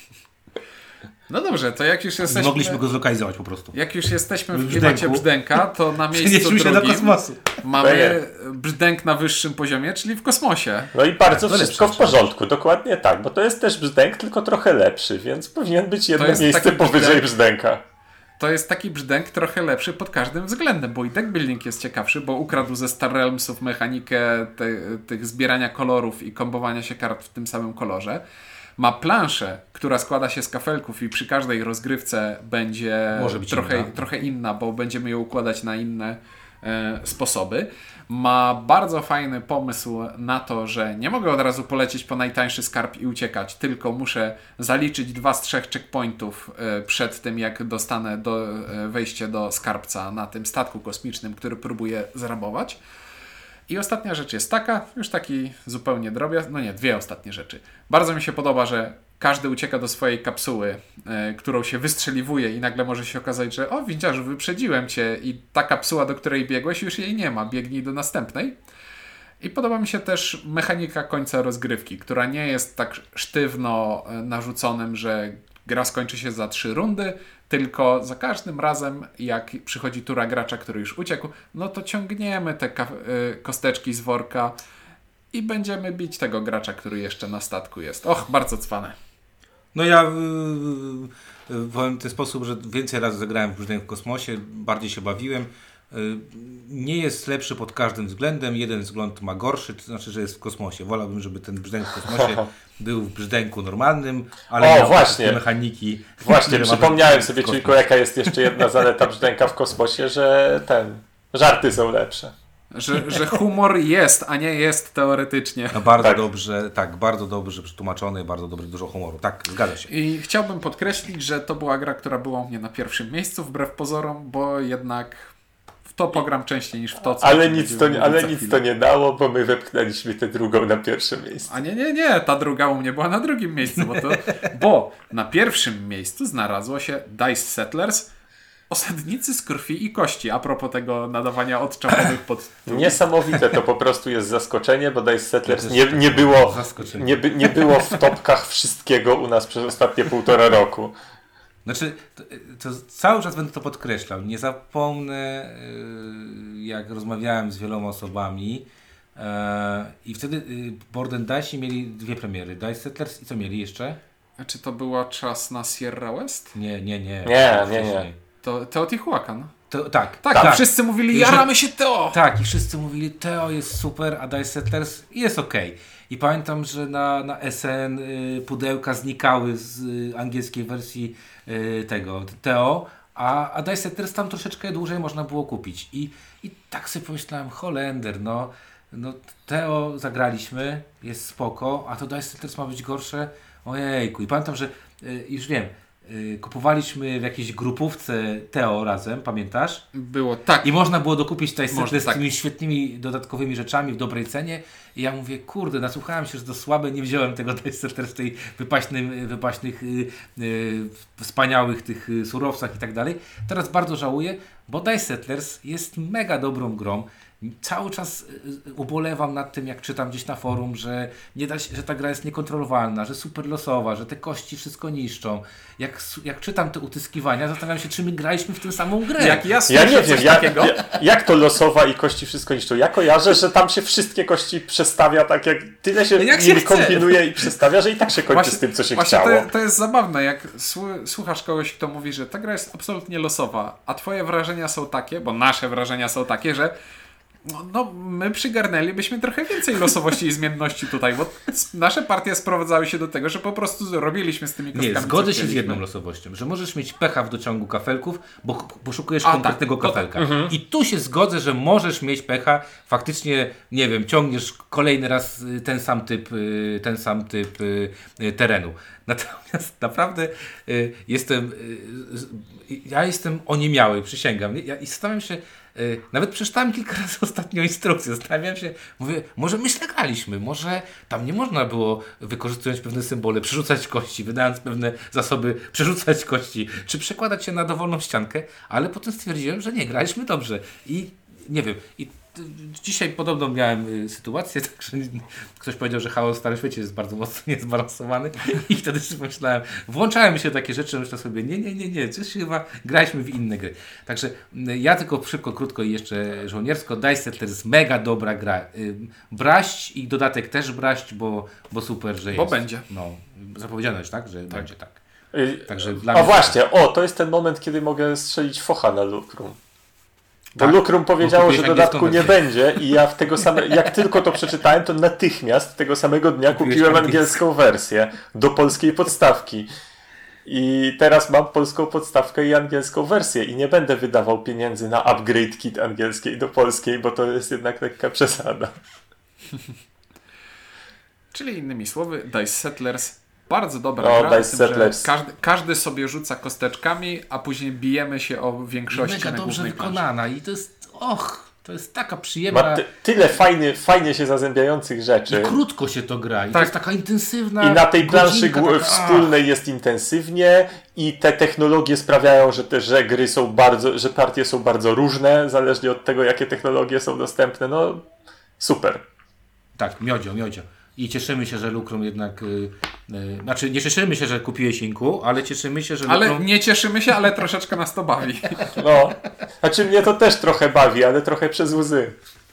[SPEAKER 2] No dobrze, to jak już jesteśmy...
[SPEAKER 1] Mogliśmy go zlokalizować po prostu.
[SPEAKER 2] Jak już jesteśmy w
[SPEAKER 1] Brzdęku.
[SPEAKER 2] klimacie brzdęka, to na miejscu
[SPEAKER 1] Przenieśmy się
[SPEAKER 2] drugim
[SPEAKER 1] do kosmosu.
[SPEAKER 2] mamy brzdęk na wyższym poziomie, czyli w kosmosie.
[SPEAKER 3] No i bardzo
[SPEAKER 1] Tak,
[SPEAKER 3] wszystko w
[SPEAKER 1] lepsze,
[SPEAKER 3] porządku, dokładnie tak, bo to jest też brzdęk, tylko trochę lepszy, więc powinien być jedno
[SPEAKER 2] jest
[SPEAKER 3] miejsce
[SPEAKER 2] taki
[SPEAKER 3] powyżej
[SPEAKER 2] brzdęk.
[SPEAKER 3] brzdęka.
[SPEAKER 2] To jest taki brzdęk trochę lepszy pod każdym względem, bo i deck building jest ciekawszy, bo ukradł ze Star Realmsów mechanikę te, tych zbierania kolorów i kombowania się kart w tym samym kolorze. Ma planszę, która składa się z kafelków i przy każdej rozgrywce będzie
[SPEAKER 1] Może być
[SPEAKER 2] trochę,
[SPEAKER 1] inna.
[SPEAKER 2] trochę inna, bo będziemy ją układać na inne e, sposoby. Ma bardzo fajny pomysł na to, że nie mogę od razu polecieć po najtańszy skarb i uciekać, tylko muszę zaliczyć dwa z trzech checkpointów e, przed tym, jak dostanę do, e, wejście do skarbca na tym statku kosmicznym, który próbuję zrabować. I ostatnia rzecz jest taka, już taki zupełnie drobiazg, no nie, dwie ostatnie rzeczy. Bardzo mi się podoba, że każdy ucieka do swojej kapsuły, y, którą się wystrzeliwuje i nagle może się okazać, że o, widziarzu, wyprzedziłem cię i ta kapsuła, do której biegłeś, już jej nie ma, biegnij do następnej. I podoba mi się też mechanika końca rozgrywki, która nie jest tak sztywno narzuconym, że gra skończy się za trzy rundy, tylko za każdym razem, jak przychodzi tura gracza, który już uciekł, no to ciągniemy te ka- y, kosteczki z worka i będziemy bić tego gracza, który jeszcze na statku jest. Och, bardzo cwane.
[SPEAKER 1] No ja yy, yy, powiem w ten sposób, że więcej razy zagrałem w brzdęk w kosmosie, bardziej się bawiłem. Yy, nie jest lepszy pod każdym względem. Jeden wzgląd ma gorszy, to znaczy, że jest w kosmosie. Wolałbym, żeby ten brzdęk w kosmosie był w brzdęku normalnym, ale
[SPEAKER 3] O,
[SPEAKER 1] miał
[SPEAKER 3] właśnie.
[SPEAKER 1] te mechaniki.
[SPEAKER 3] Właśnie,
[SPEAKER 1] które ma
[SPEAKER 3] przypomniałem
[SPEAKER 1] w
[SPEAKER 3] sobie
[SPEAKER 1] kosmos.
[SPEAKER 3] tylko, jaka jest jeszcze jedna zaleta brzdęka w kosmosie, że ten, żarty są lepsze.
[SPEAKER 2] Że, że humor jest, a nie jest teoretycznie.
[SPEAKER 1] No bardzo
[SPEAKER 3] Tak.
[SPEAKER 1] dobrze, tak, bardzo dobrze przetłumaczony, bardzo dobrze, dużo humoru. Tak, zgadza się.
[SPEAKER 2] I chciałbym podkreślić, że to była gra, która była u mnie na pierwszym miejscu, wbrew pozorom, bo jednak w to pogram częściej niż w to, co
[SPEAKER 3] Ale
[SPEAKER 2] ci
[SPEAKER 3] nic, to,
[SPEAKER 2] będziemy
[SPEAKER 3] nie- ale
[SPEAKER 2] mówić za
[SPEAKER 3] nic
[SPEAKER 2] chwilę.
[SPEAKER 3] to nie dało, bo my wepchnęliśmy tę drugą na pierwsze miejsce.
[SPEAKER 2] A nie, nie, nie, ta druga u mnie była na drugim miejscu, bo, to, bo na pierwszym miejscu znalazło się Dice Settlers, Osadnicy z krwi i kości, a propos tego nadawania odczapowych pod...
[SPEAKER 3] Niesamowite to po prostu jest zaskoczenie, bo Dice Settlers
[SPEAKER 1] też
[SPEAKER 3] nie,
[SPEAKER 1] tak
[SPEAKER 3] nie, było,
[SPEAKER 1] zaskoczenie.
[SPEAKER 3] nie, by- nie było w topkach wszystkiego u nas przez ostatnie półtora roku.
[SPEAKER 1] Znaczy, to, to cały czas będę to podkreślał. Nie zapomnę, yy, jak rozmawiałem z wieloma osobami yy, i wtedy yy, Board and Dice mieli dwie premiery. Dice Settlers i co mieli jeszcze?
[SPEAKER 2] Czy to była czas na Sierra West?
[SPEAKER 1] Nie, nie, nie.
[SPEAKER 3] Nie,
[SPEAKER 1] wcześniej.
[SPEAKER 3] nie, nie.
[SPEAKER 2] To Teotihuacan.
[SPEAKER 1] To, tak,
[SPEAKER 2] Tak,
[SPEAKER 1] tak.
[SPEAKER 2] wszyscy mówili,
[SPEAKER 1] I
[SPEAKER 2] jaramy się Teo!
[SPEAKER 1] Tak, i wszyscy mówili, Teo jest super, a Dice Settlers jest okej. I pamiętam, że na, na S N y, pudełka znikały z y, angielskiej wersji y, tego Teo, a, a Dice Settlers tam troszeczkę dłużej można było kupić. I, i tak sobie pomyślałem, Holender, no, no Teo zagraliśmy, jest spoko, a to Dice Settlers ma być gorsze, ojejku. I pamiętam, że y, już wiem, y, kupowaliśmy w jakiejś grupówce Teo razem, pamiętasz?
[SPEAKER 2] Było tak.
[SPEAKER 1] I można było dokupić tutaj
[SPEAKER 2] Można,
[SPEAKER 1] setry z
[SPEAKER 2] tak.
[SPEAKER 1] tymi świetnymi dodatkowymi rzeczami w dobrej cenie. I ja mówię, kurde, nasłuchałem się, że to słabe, nie wziąłem tego Dice w tej wypaśnym, wypaśnych, yy, yy, wspaniałych tych yy, surowcach i tak dalej. Teraz bardzo żałuję, bo Dice Settlers jest mega dobrą grą. Cały czas y, ubolewam nad tym, jak czytam gdzieś na forum, że, nie da się, że ta gra jest niekontrolowalna, że super losowa, że te kości wszystko niszczą. Jak, s- jak czytam te utyskiwania, zastanawiam się, czy my graliśmy w tę samą grę.
[SPEAKER 2] Jak ja
[SPEAKER 3] Ja
[SPEAKER 2] słyszę
[SPEAKER 3] nie wiem,
[SPEAKER 2] coś
[SPEAKER 3] jak,
[SPEAKER 2] takiego,
[SPEAKER 3] jak, jak to losowa i kości wszystko niszczą. Ja kojarzę, że tam się wszystkie kości przestawia tak, jak tyle się
[SPEAKER 2] Jak się
[SPEAKER 3] nimi
[SPEAKER 2] chce.
[SPEAKER 3] kombinuje i przestawia, że i tak się kończy z tym, co się
[SPEAKER 2] właśnie
[SPEAKER 3] chciało.
[SPEAKER 2] to, to jest zabawne, jak słu- słuchasz kogoś, kto mówi, że ta gra jest absolutnie losowa, a twoje wrażenia są takie, bo nasze wrażenia są takie, że no, no my przygarnęlibyśmy trochę więcej losowości i zmienności tutaj, bo s- nasze partie sprowadzały się do tego, że po prostu robiliśmy z tymi kostkami.
[SPEAKER 1] Nie,
[SPEAKER 2] co
[SPEAKER 1] zgodzę się z
[SPEAKER 2] chcieliśmy.
[SPEAKER 1] jedną losowością, że możesz mieć pecha w dociągu kafelków, bo k- poszukujesz
[SPEAKER 2] A,
[SPEAKER 1] konkretnego
[SPEAKER 2] tak, to
[SPEAKER 1] kafelka. I tu się zgodzę, że możesz mieć pecha, faktycznie, nie wiem, ciągniesz kolejny raz y, ten sam typ, y, ten sam typ y, y, terenu. Natomiast naprawdę y, jestem, y, z- y, ja jestem oniemiały, przysięgam. Ja, I zastanawiam się, y, nawet przeczytałem kilka razy ostatnią instrukcję, zastanawiam się, mówię, może my źle graliśmy, może tam nie można było, wykorzystując pewne symbole, przerzucać kości, wydając pewne zasoby, przerzucać kości, czy przekładać się na dowolną ściankę, ale potem stwierdziłem, że nie, graliśmy dobrze i nie wiem, i t- dzisiaj podobną miałem y, sytuację, także ktoś powiedział, że chaos w Starym Świecie jest bardzo mocno niezbalansowany i wtedy sobie pomyślałem, włączałem mi się takie rzeczy, myślę sobie, nie, nie, nie, nie, coś chyba graliśmy w inne gry. Także y, ja tylko szybko, krótko i jeszcze żołniersko, Dice Settlers mega dobra gra. Y, braść i dodatek też braść, bo, bo super, że
[SPEAKER 2] Bo
[SPEAKER 1] jest.
[SPEAKER 2] będzie.
[SPEAKER 1] No, zapowiedziano już, tak, że będzie tak.
[SPEAKER 3] Y,
[SPEAKER 1] Także dla
[SPEAKER 3] O
[SPEAKER 1] mnie
[SPEAKER 3] właśnie, o, to jest ten moment, kiedy mogę strzelić focha na Lucrum. Bo
[SPEAKER 1] Tak,
[SPEAKER 3] Lucrum powiedziało,
[SPEAKER 1] bo
[SPEAKER 3] że
[SPEAKER 1] kupiłeś
[SPEAKER 3] dodatku
[SPEAKER 1] angielską
[SPEAKER 3] nie
[SPEAKER 1] wersję.
[SPEAKER 3] będzie i ja w tego same, jak tylko to przeczytałem, to natychmiast tego samego dnia
[SPEAKER 1] Kupiłeś
[SPEAKER 3] kupiłem
[SPEAKER 1] angielską.
[SPEAKER 3] angielską wersję do polskiej podstawki. I teraz mam polską podstawkę i angielską wersję i nie będę wydawał pieniędzy na upgrade kit angielskiej do polskiej, bo to jest jednak lekka przesada.
[SPEAKER 2] Czyli innymi słowy, Dice Settlers, bardzo dobra
[SPEAKER 3] No,
[SPEAKER 2] gra,
[SPEAKER 3] Dice
[SPEAKER 2] z tym, że
[SPEAKER 3] Settlers.
[SPEAKER 2] każdy, każdy sobie rzuca kosteczkami, a później bijemy się o większości
[SPEAKER 1] mega
[SPEAKER 2] na
[SPEAKER 1] dobrze
[SPEAKER 2] głównej planszy.
[SPEAKER 1] wykonana i to jest, och, to jest taka przyjemna...
[SPEAKER 3] Ma ty, tyle fajny, fajnie się zazębiających rzeczy.
[SPEAKER 1] I krótko się to gra. I
[SPEAKER 2] Tak.
[SPEAKER 1] to jest taka intensywna
[SPEAKER 3] I na tej planszy
[SPEAKER 1] godzinka,
[SPEAKER 3] gł-
[SPEAKER 1] taka,
[SPEAKER 3] wspólnej jest intensywnie i te technologie sprawiają, że te że gry są bardzo, że partie są bardzo różne, zależnie od tego, jakie technologie są dostępne. No, super.
[SPEAKER 1] Tak, miodzio, miodzio. I cieszymy się, że Lucrum jednak... Y, y, znaczy, nie cieszymy się, że kupiłeś Inku, ale cieszymy się, że
[SPEAKER 2] Ale
[SPEAKER 1] Lucrum...
[SPEAKER 2] nie cieszymy się, ale troszeczkę nas to bawi.
[SPEAKER 3] No, znaczy mnie to też trochę bawi, ale trochę przez łzy.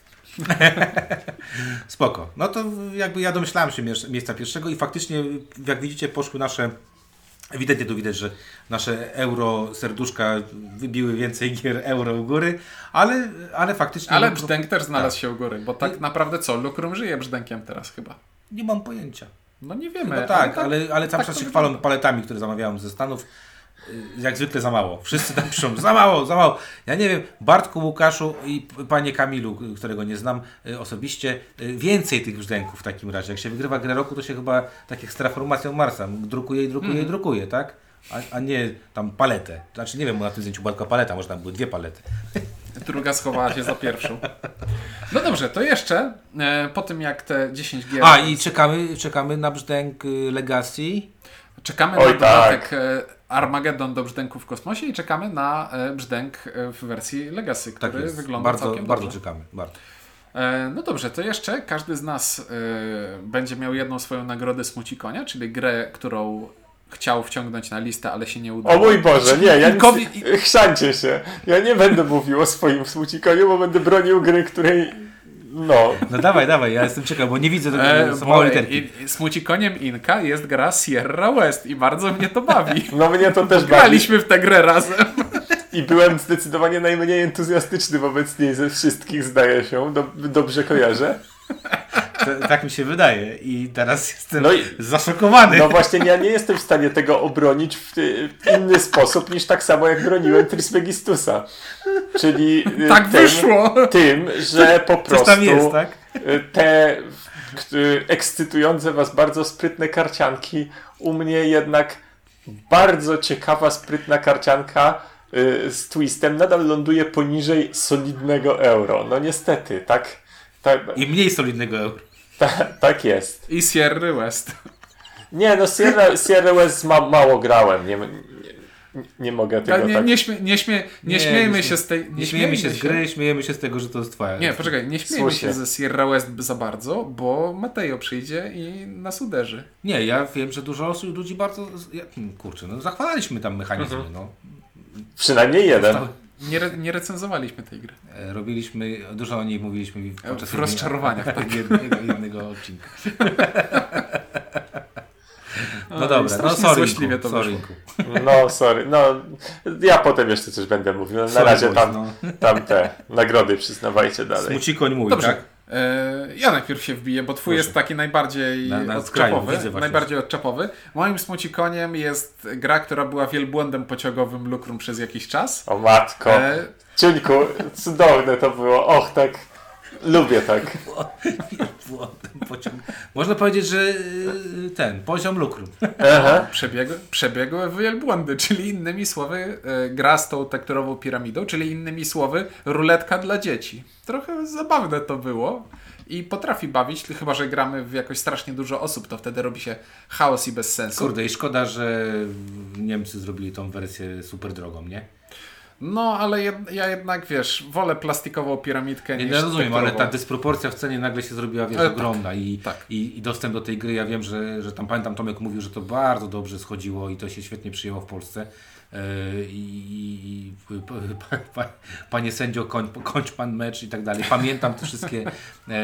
[SPEAKER 1] Spoko. No to jakby ja domyślałem się mies- miejsca pierwszego i faktycznie, jak widzicie, poszły nasze... Ewidentnie tu widać, że nasze euro serduszka wybiły więcej gier euro u góry, ale, ale faktycznie...
[SPEAKER 2] Ale
[SPEAKER 1] Lucrum-
[SPEAKER 2] brzdęk też znalazł
[SPEAKER 1] tak.
[SPEAKER 2] się u góry, bo tak naprawdę co? Lucrum żyje brzdękiem teraz chyba.
[SPEAKER 1] Nie mam pojęcia.
[SPEAKER 2] No nie wiemy.
[SPEAKER 1] No tak, ale, ale cały
[SPEAKER 2] tak
[SPEAKER 1] czas
[SPEAKER 2] to
[SPEAKER 1] się
[SPEAKER 2] wygląda.
[SPEAKER 1] chwalą paletami, które zamawiałem ze Stanów. jak zwykle za mało. Wszyscy tam piszą, za mało, za mało. Ja nie wiem, Bartku, Łukaszu i panie Kamilu, którego nie znam osobiście, więcej tych brzdęków w takim razie. Jak się wygrywa grę roku, to się chyba tak jak z terraformacją Marsa, drukuje i drukuje hmm. i drukuje, tak? A, a nie tam paletę. Znaczy nie wiem, bo na tym zdjęciu była tylko paleta, może tam były dwie palety.
[SPEAKER 2] Druga schowała się za pierwszą. No dobrze, to jeszcze e, po tym jak te dziesięć gier...
[SPEAKER 1] A i czekamy, czekamy na brzdęk Legacy.
[SPEAKER 2] Czekamy
[SPEAKER 3] Oj,
[SPEAKER 2] na dodatek
[SPEAKER 3] tak.
[SPEAKER 2] Armageddon do brzdęku w kosmosie i czekamy na brzdęk w wersji Legacy, który
[SPEAKER 1] tak jest.
[SPEAKER 2] wygląda
[SPEAKER 1] bardzo,
[SPEAKER 2] całkiem
[SPEAKER 1] bardzo
[SPEAKER 2] dobrze.
[SPEAKER 1] czekamy. Bardzo.
[SPEAKER 2] E, no dobrze, to jeszcze każdy z nas e, będzie miał jedną swoją nagrodę Smucikonia, czyli grę, którą chciał wciągnąć na listę, ale się nie udało.
[SPEAKER 3] O mój Boże, nie, ja
[SPEAKER 2] Inkowi...
[SPEAKER 3] nic, chrzancie się. Ja nie będę mówił o swoim Smucikoniu, bo będę bronił gry, której no.
[SPEAKER 1] No dawaj, dawaj, ja jestem ciekaw, bo nie widzę tego,
[SPEAKER 2] e,
[SPEAKER 1] są małe literki.
[SPEAKER 2] I, i, Smucikoniem Inka jest gra Sierra West i bardzo mnie to bawi.
[SPEAKER 3] No mnie to też bawi.
[SPEAKER 2] Graliśmy w tę grę razem.
[SPEAKER 3] I byłem zdecydowanie najmniej entuzjastyczny wobec niej ze wszystkich, zdaje się. Dob- dobrze kojarzę.
[SPEAKER 1] To, tak mi się wydaje i teraz jestem
[SPEAKER 3] No i-
[SPEAKER 1] zaszokowany.
[SPEAKER 3] No właśnie, ja nie jestem w stanie tego obronić w, w inny sposób niż tak samo jak broniłem Trismegistusa. Czyli y,
[SPEAKER 2] Tak
[SPEAKER 3] tym,
[SPEAKER 2] wyszło.
[SPEAKER 3] tym, że po
[SPEAKER 1] Coś
[SPEAKER 3] prostu
[SPEAKER 1] tam jest, tak?
[SPEAKER 3] y, te y, ekscytujące was bardzo sprytne karcianki, u mnie jednak bardzo ciekawa, sprytna karcianka y, z twistem nadal ląduje poniżej solidnego euro. No niestety, tak, tak,
[SPEAKER 1] I mniej solidnego euro.
[SPEAKER 3] ta, tak jest.
[SPEAKER 2] I Sierra West.
[SPEAKER 3] Nie, no Sierra, Sierra West ma, mało grałem, nie, nie, nie mogę tego
[SPEAKER 2] Ale nie,
[SPEAKER 3] tak...
[SPEAKER 2] nie, śmie, nie, śmie, nie,
[SPEAKER 1] Nie,
[SPEAKER 2] śmiejmy
[SPEAKER 1] nie
[SPEAKER 2] się z tej... Nie,
[SPEAKER 1] Nie śmiejemy się z gry, śmiejemy się z tego, że to jest twoja.
[SPEAKER 2] Nie, poczekaj, nie śmiejmy
[SPEAKER 3] Słusznie.
[SPEAKER 2] się ze Sierra West za bardzo, bo Mateo przyjdzie i nas uderzy.
[SPEAKER 1] Nie, ja wiem, że dużo osób, ludzi bardzo... Ja, kurczę, no zachwalaliśmy tam mechanizmy,
[SPEAKER 3] Mhm.
[SPEAKER 1] no.
[SPEAKER 3] Przynajmniej jeden.
[SPEAKER 1] Zostały-
[SPEAKER 2] Nie, re, nie recenzowaliśmy tej gry.
[SPEAKER 1] E, Robiliśmy, dużo o niej mówiliśmy podczas
[SPEAKER 2] W rozczarowaniach, tak.
[SPEAKER 1] jednego, jednego odcinka. No
[SPEAKER 2] Oj,
[SPEAKER 1] dobra, no
[SPEAKER 2] strasznie
[SPEAKER 1] sorry,
[SPEAKER 2] złośliwie to
[SPEAKER 1] sorry.
[SPEAKER 2] wyszło.
[SPEAKER 3] No, sorry, no ja potem jeszcze coś będę mówił. Na
[SPEAKER 1] Sorry,
[SPEAKER 3] razie
[SPEAKER 1] boys,
[SPEAKER 3] tam,
[SPEAKER 1] no.
[SPEAKER 3] tam te nagrody przyznawajcie dalej.
[SPEAKER 1] Smucikoń mój,
[SPEAKER 2] Dobrze.
[SPEAKER 1] tak?
[SPEAKER 2] E, ja najpierw się wbiję, bo twój
[SPEAKER 1] Proszę.
[SPEAKER 2] jest taki najbardziej
[SPEAKER 1] Na- na skraju,
[SPEAKER 2] odczapowy.
[SPEAKER 1] widzę właśnie.
[SPEAKER 2] Najbardziej odczapowy. Moim smucikoniem jest gra, która była wielbłądem pociągowym Lukrum przez jakiś czas.
[SPEAKER 3] O matko,
[SPEAKER 2] E,
[SPEAKER 3] Ciuńku, cudowne to było. Och, tak, lubię tak.
[SPEAKER 1] Pociąg. Można powiedzieć, że y, ten, poziom lukru.
[SPEAKER 3] Aha.
[SPEAKER 2] Przebiegłe, przebiegłe wielbłądy, czyli innymi słowy e, gra z tą tekturową piramidą, czyli innymi słowy ruletka dla dzieci. Trochę zabawne to było i potrafi bawić, chyba że gramy w jakoś strasznie dużo osób, to wtedy robi się chaos i bez sensu.
[SPEAKER 1] Kurde, i szkoda, że Niemcy zrobili tą wersję super drogą, nie?
[SPEAKER 2] No, ale jed, ja jednak, wiesz, wolę plastikową piramidkę
[SPEAKER 1] Nie,
[SPEAKER 2] niż
[SPEAKER 1] nie rozumiem, ale
[SPEAKER 2] tekturową.
[SPEAKER 1] ta dysproporcja w cenie nagle się zrobiła, wiesz,
[SPEAKER 2] Ale tak,
[SPEAKER 1] ogromna i,
[SPEAKER 2] tak.
[SPEAKER 1] i, i dostęp do tej gry, ja wiem, że, że tam pamiętam Tomek mówił, że to bardzo dobrze schodziło i to się świetnie przyjęło w Polsce. Yy, I, i pa, pa, panie sędzio, koń, kończ pan mecz i tak dalej. Pamiętam te wszystkie e,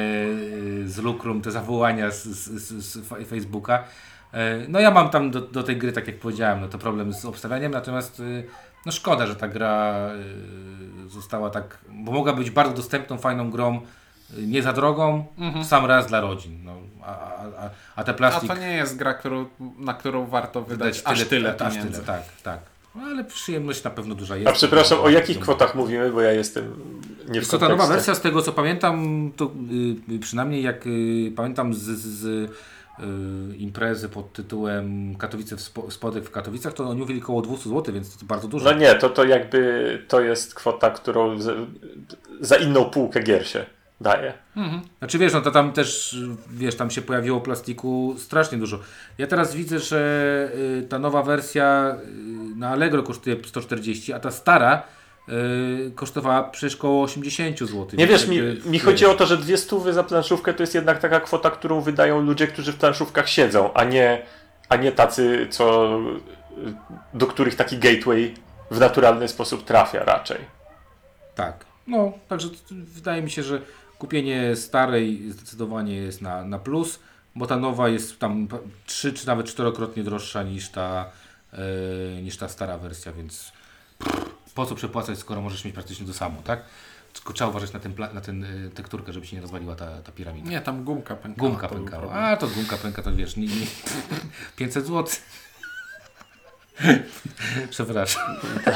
[SPEAKER 1] z Lukrum, te zawołania z, z, z, z Facebooka. E, no ja mam tam do, do tej gry, tak jak powiedziałem, no to problem z obstawianiem, natomiast e, no szkoda, że ta gra e, została tak, bo mogła być bardzo dostępną, fajną grą, e, nie za drogą,
[SPEAKER 2] Mhm.
[SPEAKER 1] w sam raz dla rodzin. No, a, a, a, a te
[SPEAKER 2] A
[SPEAKER 1] plastik...
[SPEAKER 2] to nie jest gra, którą, na którą warto wydać
[SPEAKER 1] wydać
[SPEAKER 2] aż tyle
[SPEAKER 1] aż
[SPEAKER 2] pieniędzy.
[SPEAKER 1] tyle, tak, tak. No, ale przyjemność na pewno duża jest.
[SPEAKER 3] A przepraszam, o jakich
[SPEAKER 1] No.
[SPEAKER 3] kwotach mówimy, bo ja jestem nie w
[SPEAKER 1] Jest to ta nowa
[SPEAKER 3] kontekście.
[SPEAKER 1] wersja, z tego co pamiętam, to y, przynajmniej jak y, pamiętam z, z, z y, imprezy pod tytułem Katowice w spo, Spodek w Katowicach, to oni mówili około dwieście złotych, więc to bardzo dużo.
[SPEAKER 3] No nie, to, to jakby to jest kwota, którą za, za inną półkę gier się daje.
[SPEAKER 2] Mhm.
[SPEAKER 1] Znaczy wiesz, no to tam też, wiesz, tam się pojawiło plastiku strasznie dużo. Ja teraz widzę, że y, ta nowa wersja y, na Allegro kosztuje sto czterdzieści, a ta stara y, kosztowała przecież około osiemdziesiąt złotych.
[SPEAKER 3] Nie
[SPEAKER 1] Więc
[SPEAKER 3] wiesz, mi,
[SPEAKER 1] jakby,
[SPEAKER 3] mi
[SPEAKER 1] wiesz,
[SPEAKER 3] chodzi o to, że dwie stówy za planszówkę to jest jednak taka kwota, którą wydają ludzie, którzy w planszówkach siedzą, a nie, a nie tacy, co, do których taki gateway w naturalny sposób trafia raczej.
[SPEAKER 1] Tak. No, także t- wydaje mi się, że kupienie starej zdecydowanie jest na, na plus, bo ta nowa jest tam p- trzy czy nawet czterokrotnie droższa niż ta, yy, niż ta stara wersja, więc pff, po co przepłacać, skoro możesz mieć praktycznie to samo, tak? Tylko trzeba uważać na ten, pla- na ten y, tekturkę, żeby się nie rozwaliła ta, ta piramida.
[SPEAKER 2] Nie, tam gumka pękała.
[SPEAKER 1] Gumka
[SPEAKER 2] to był
[SPEAKER 1] pękała.
[SPEAKER 2] problem.
[SPEAKER 1] A to gumka pęka, to wiesz, nie, nie, pięćset złotych. Przepraszam.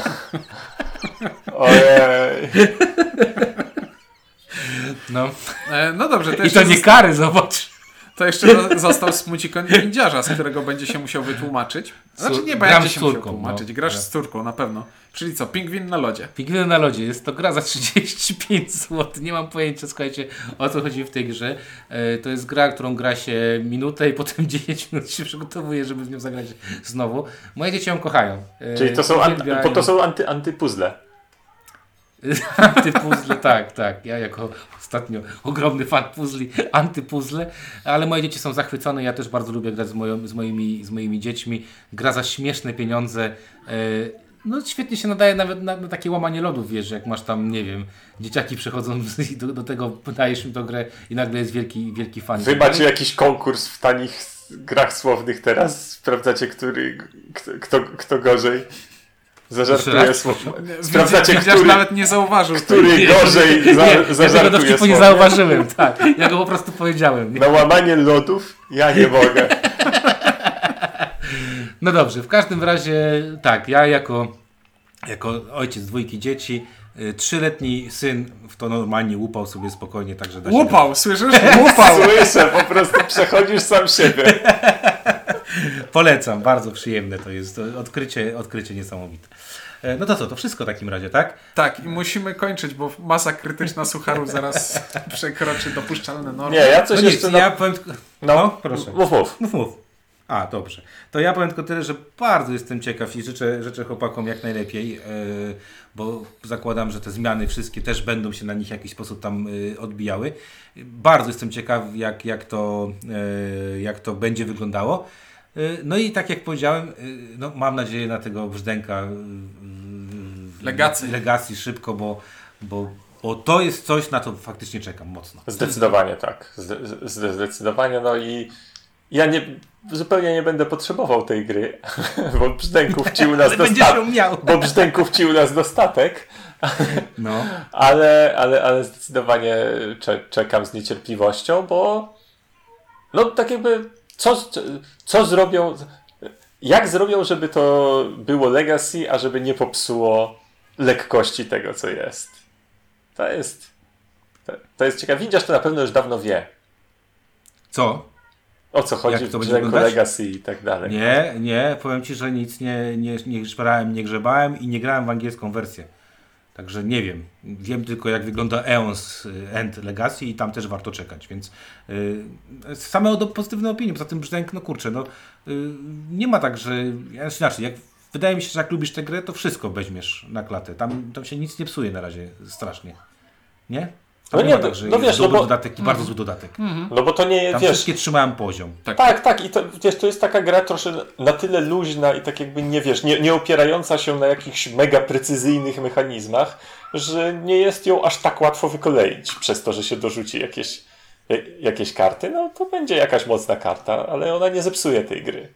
[SPEAKER 3] Ojej.
[SPEAKER 1] No.
[SPEAKER 2] E, no dobrze. To
[SPEAKER 1] I to nie
[SPEAKER 2] zosta-
[SPEAKER 1] kary, zobacz.
[SPEAKER 2] To jeszcze został smucik nindziarza, z którego będzie się musiał wytłumaczyć. Znaczy nie
[SPEAKER 1] Gram
[SPEAKER 2] będzie
[SPEAKER 1] z
[SPEAKER 2] się musiał
[SPEAKER 1] córką,
[SPEAKER 2] tłumaczyć.
[SPEAKER 1] no.
[SPEAKER 2] Grasz
[SPEAKER 1] Tak.
[SPEAKER 2] z córką, na pewno. Czyli co, pingwin na lodzie.
[SPEAKER 1] Pingwiny na lodzie. Jest to gra za trzydzieści pięć złotych. Nie mam pojęcia, słuchajcie, o co chodzi w tej grze. E, to jest gra, którą gra się minutę i potem dziesięć minut się przygotowuje, żeby w nią zagrać znowu. Moje dzieci ją kochają. E,
[SPEAKER 3] Czyli to są, an-
[SPEAKER 1] uwielbiają.
[SPEAKER 3] bo to są anty, antypuzzle.
[SPEAKER 1] Antypuzzle, tak, tak. Ja jako ostatnio ogromny fan puzli, antypuzzle, ale moje dzieci są zachwycone. Ja też bardzo lubię grać z, moją, z, moimi, z moimi dziećmi. Gra za śmieszne pieniądze. E, no świetnie się nadaje nawet na, na takie łamanie lodów, wiesz, jak masz tam, nie wiem, dzieciaki przychodzą i do, do tego dajesz im tę grę i nagle jest wielki, wielki fan.
[SPEAKER 3] Wy macie jakiś konkurs w tanich grach słownych teraz? Sprawdzacie, który, kto, kto, kto gorzej? Zażartuję
[SPEAKER 1] raz?
[SPEAKER 3] słowo. Sprawdzacie,
[SPEAKER 2] Widzisz,
[SPEAKER 3] który,
[SPEAKER 2] nawet nie zauważył.
[SPEAKER 3] który
[SPEAKER 1] Nie,
[SPEAKER 3] gorzej za,
[SPEAKER 1] nie, ja tego
[SPEAKER 3] zażartuje
[SPEAKER 1] dowcipu nie
[SPEAKER 3] słowo.
[SPEAKER 1] zauważyłem, tak. Ja go po prostu powiedziałem.
[SPEAKER 3] Na łamanie lodów? Ja nie mogę.
[SPEAKER 1] No dobrze, w każdym razie tak, ja jako, jako ojciec dwójki dzieci, y, trzyletni syn w to normalnie łupał sobie spokojnie, także da się
[SPEAKER 2] Łupał, słyszysz? Łupał.
[SPEAKER 3] Słyszę, po prostu przechodzisz sam siebie.
[SPEAKER 1] Polecam, bardzo przyjemne to jest, to odkrycie, odkrycie niesamowite. E, No to co, to wszystko w takim razie, tak?
[SPEAKER 2] Tak, i musimy kończyć, bo masa krytyczna sucharów zaraz przekroczy dopuszczalne normy.
[SPEAKER 3] Nie, ja coś
[SPEAKER 1] No nic,
[SPEAKER 3] jeszcze... na-
[SPEAKER 1] ja powiem tylko...
[SPEAKER 3] No,
[SPEAKER 1] No, proszę.
[SPEAKER 3] Mów, mów.
[SPEAKER 1] Mów, mów. A, dobrze. To ja powiem tylko tyle, że bardzo jestem ciekaw i życzę, życzę chłopakom jak najlepiej, yy, bo zakładam, że te zmiany wszystkie też będą się na nich w jakiś sposób tam yy, odbijały. Bardzo jestem ciekaw, jak, jak, to, yy, jak to będzie wyglądało. Yy, no i tak jak powiedziałem, yy, no, mam nadzieję na tego brzdęka yy,
[SPEAKER 2] Legacy.
[SPEAKER 1] legacji szybko, bo, bo, bo to jest coś, na co faktycznie czekam mocno.
[SPEAKER 3] Zdecydowanie tak. Zde- zde- zdecydowanie, no i ja nie, zupełnie nie będę potrzebował tej gry, bo Brzdęków ci u nas
[SPEAKER 1] Ale będziesz
[SPEAKER 3] dostatek.
[SPEAKER 1] ją miał.
[SPEAKER 3] Bo Brzdęków ci u nas dostatek,
[SPEAKER 1] No.
[SPEAKER 3] ale, ale, ale zdecydowanie cze- czekam z niecierpliwością, bo no tak jakby co, co zrobią, jak zrobią, żeby to było legacy, a żeby nie popsuło lekkości tego, co jest. To jest to, to jest ciekawe. Windziarz to na pewno już dawno wie,
[SPEAKER 1] Co?
[SPEAKER 3] o co chodzi
[SPEAKER 1] Jak
[SPEAKER 3] w
[SPEAKER 1] to będzie
[SPEAKER 3] Brzdęku
[SPEAKER 1] wyglądać?
[SPEAKER 3] legacy i tak dalej.
[SPEAKER 1] Nie, nie, powiem Ci, że nic nie, nie, nie szperałem, nie grzebałem i nie grałem w angielską wersję. Także nie wiem. Wiem tylko, jak wygląda Eons End Legacy i tam też warto czekać, więc yy, same do, pozytywne opinie. Poza tym Brzdęk, no kurczę, no yy, nie ma tak, że inaczej, jak, wydaje mi się, że jak lubisz tę grę, to wszystko weźmiesz na klatę. Tam, tam się nic nie psuje na razie strasznie. Nie? Tam
[SPEAKER 3] No
[SPEAKER 1] nie
[SPEAKER 3] nie,
[SPEAKER 1] ma tak,
[SPEAKER 3] no-
[SPEAKER 1] że
[SPEAKER 3] no
[SPEAKER 1] jest
[SPEAKER 3] wiesz, no
[SPEAKER 1] dobry
[SPEAKER 3] bo-
[SPEAKER 1] dodatek i bardzo zły dodatek.
[SPEAKER 3] No bo to nie,
[SPEAKER 1] Tam
[SPEAKER 3] wiesz,
[SPEAKER 1] wszystkie trzymałem poziom.
[SPEAKER 3] tak, tak, i to, wiesz, to jest taka gra troszkę na tyle luźna i tak jakby nie wiesz, nie, nie opierająca się na jakichś mega precyzyjnych mechanizmach, że nie jest ją aż tak łatwo wykoleić przez to, że się dorzuci jakieś, ja- jakieś karty. No to będzie jakaś mocna karta, ale ona nie zepsuje tej gry.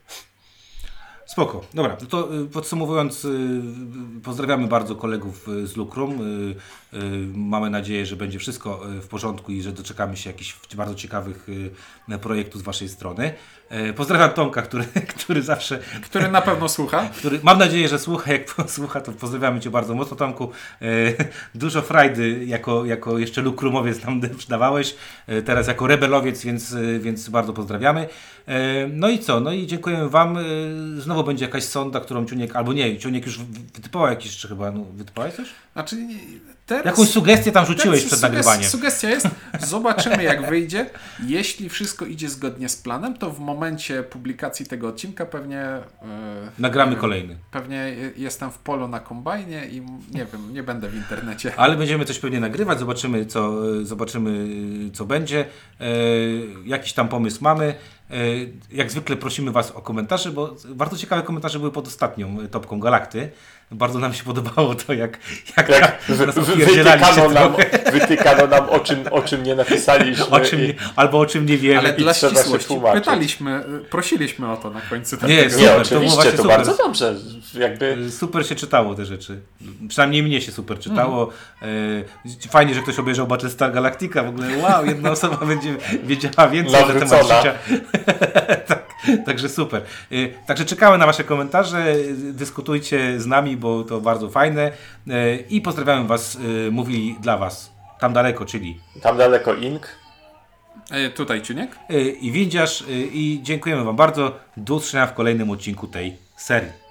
[SPEAKER 1] Spoko. Dobra, no to y, podsumowując, y, y, pozdrawiamy bardzo kolegów y, z Lucrum. Y, y, mamy nadzieję, że będzie wszystko y, w porządku i że doczekamy się jakichś bardzo ciekawych y, projektów z Waszej strony. Y, pozdrawiam Tomka, który, który zawsze,
[SPEAKER 2] Który na pewno słucha.
[SPEAKER 1] który mam nadzieję, że słucha. Jak słucha, to pozdrawiamy Cię bardzo mocno, Tomku. Y, dużo frajdy jako, jako jeszcze Lucrumowiec nam dawałeś, y, teraz jako rebelowiec, więc, y, więc bardzo pozdrawiamy. Y, no i co? No i dziękujemy Wam. Y, znowu będzie jakaś sonda, którą Ciuniek, albo nie, Ciuniek już wytypował jakiś jeszcze chyba, no, wytypowałeś coś?
[SPEAKER 2] Znaczy, nie- teraz,
[SPEAKER 1] Jakąś sugestię tam rzuciłeś
[SPEAKER 2] teraz
[SPEAKER 1] przed
[SPEAKER 2] suges-
[SPEAKER 1] nagrywaniem.
[SPEAKER 2] Sugestia jest, zobaczymy jak wyjdzie. Jeśli wszystko idzie zgodnie z planem, to w momencie publikacji tego odcinka pewnie... Yy,
[SPEAKER 1] Nagramy
[SPEAKER 2] nie wiem,
[SPEAKER 1] kolejny.
[SPEAKER 2] Pewnie je- jestem w polu na kombajnie i nie wiem, nie będę w internecie.
[SPEAKER 1] Ale będziemy coś pewnie nagrywać, zobaczymy co, zobaczymy, co będzie. E, jakiś tam pomysł mamy. E, jak zwykle prosimy Was o komentarze, bo bardzo ciekawe komentarze były pod ostatnią Topką Galakty. Bardzo nam się podobało to, jak, jak,
[SPEAKER 3] Jak
[SPEAKER 1] tam
[SPEAKER 3] wy,
[SPEAKER 1] nas
[SPEAKER 3] wy,
[SPEAKER 1] opierdzielaliście
[SPEAKER 3] wytykano nam
[SPEAKER 1] trochę.
[SPEAKER 3] wytykano nam, o czym, o czym nie napisaliśmy.
[SPEAKER 1] O czym
[SPEAKER 3] i...
[SPEAKER 1] nie, albo o czym nie wiemy.
[SPEAKER 2] Ale dla
[SPEAKER 3] trzeba się
[SPEAKER 2] ścisłości
[SPEAKER 3] tłumaczyć.
[SPEAKER 2] pytaliśmy, prosiliśmy o to na końcu.
[SPEAKER 1] Nie,
[SPEAKER 2] takiego-
[SPEAKER 1] super,
[SPEAKER 3] Nie,
[SPEAKER 1] to było
[SPEAKER 3] oczywiście,
[SPEAKER 1] właśnie
[SPEAKER 3] to,
[SPEAKER 1] super.
[SPEAKER 3] bardzo dobrze. Jakby...
[SPEAKER 1] Super się czytało te rzeczy. Przynajmniej mnie się super czytało. E, Fajnie, że ktoś obejrzał Battlestar Galactica. W ogóle wow, jedna osoba będzie wiedziała więcej na temat
[SPEAKER 3] Nawrócona.
[SPEAKER 1] życia. tak, także super. E, Także czekamy na wasze komentarze. Dyskutujcie z nami, bo to bardzo fajne. E, I pozdrawiamy was. e, Mówili dla was tam daleko, czyli
[SPEAKER 3] Tam daleko Ink.
[SPEAKER 2] E, tutaj Ciuniek.
[SPEAKER 1] e, i Windziarz. e, I dziękujemy wam bardzo. Do usłyszenia w kolejnym odcinku tej serii.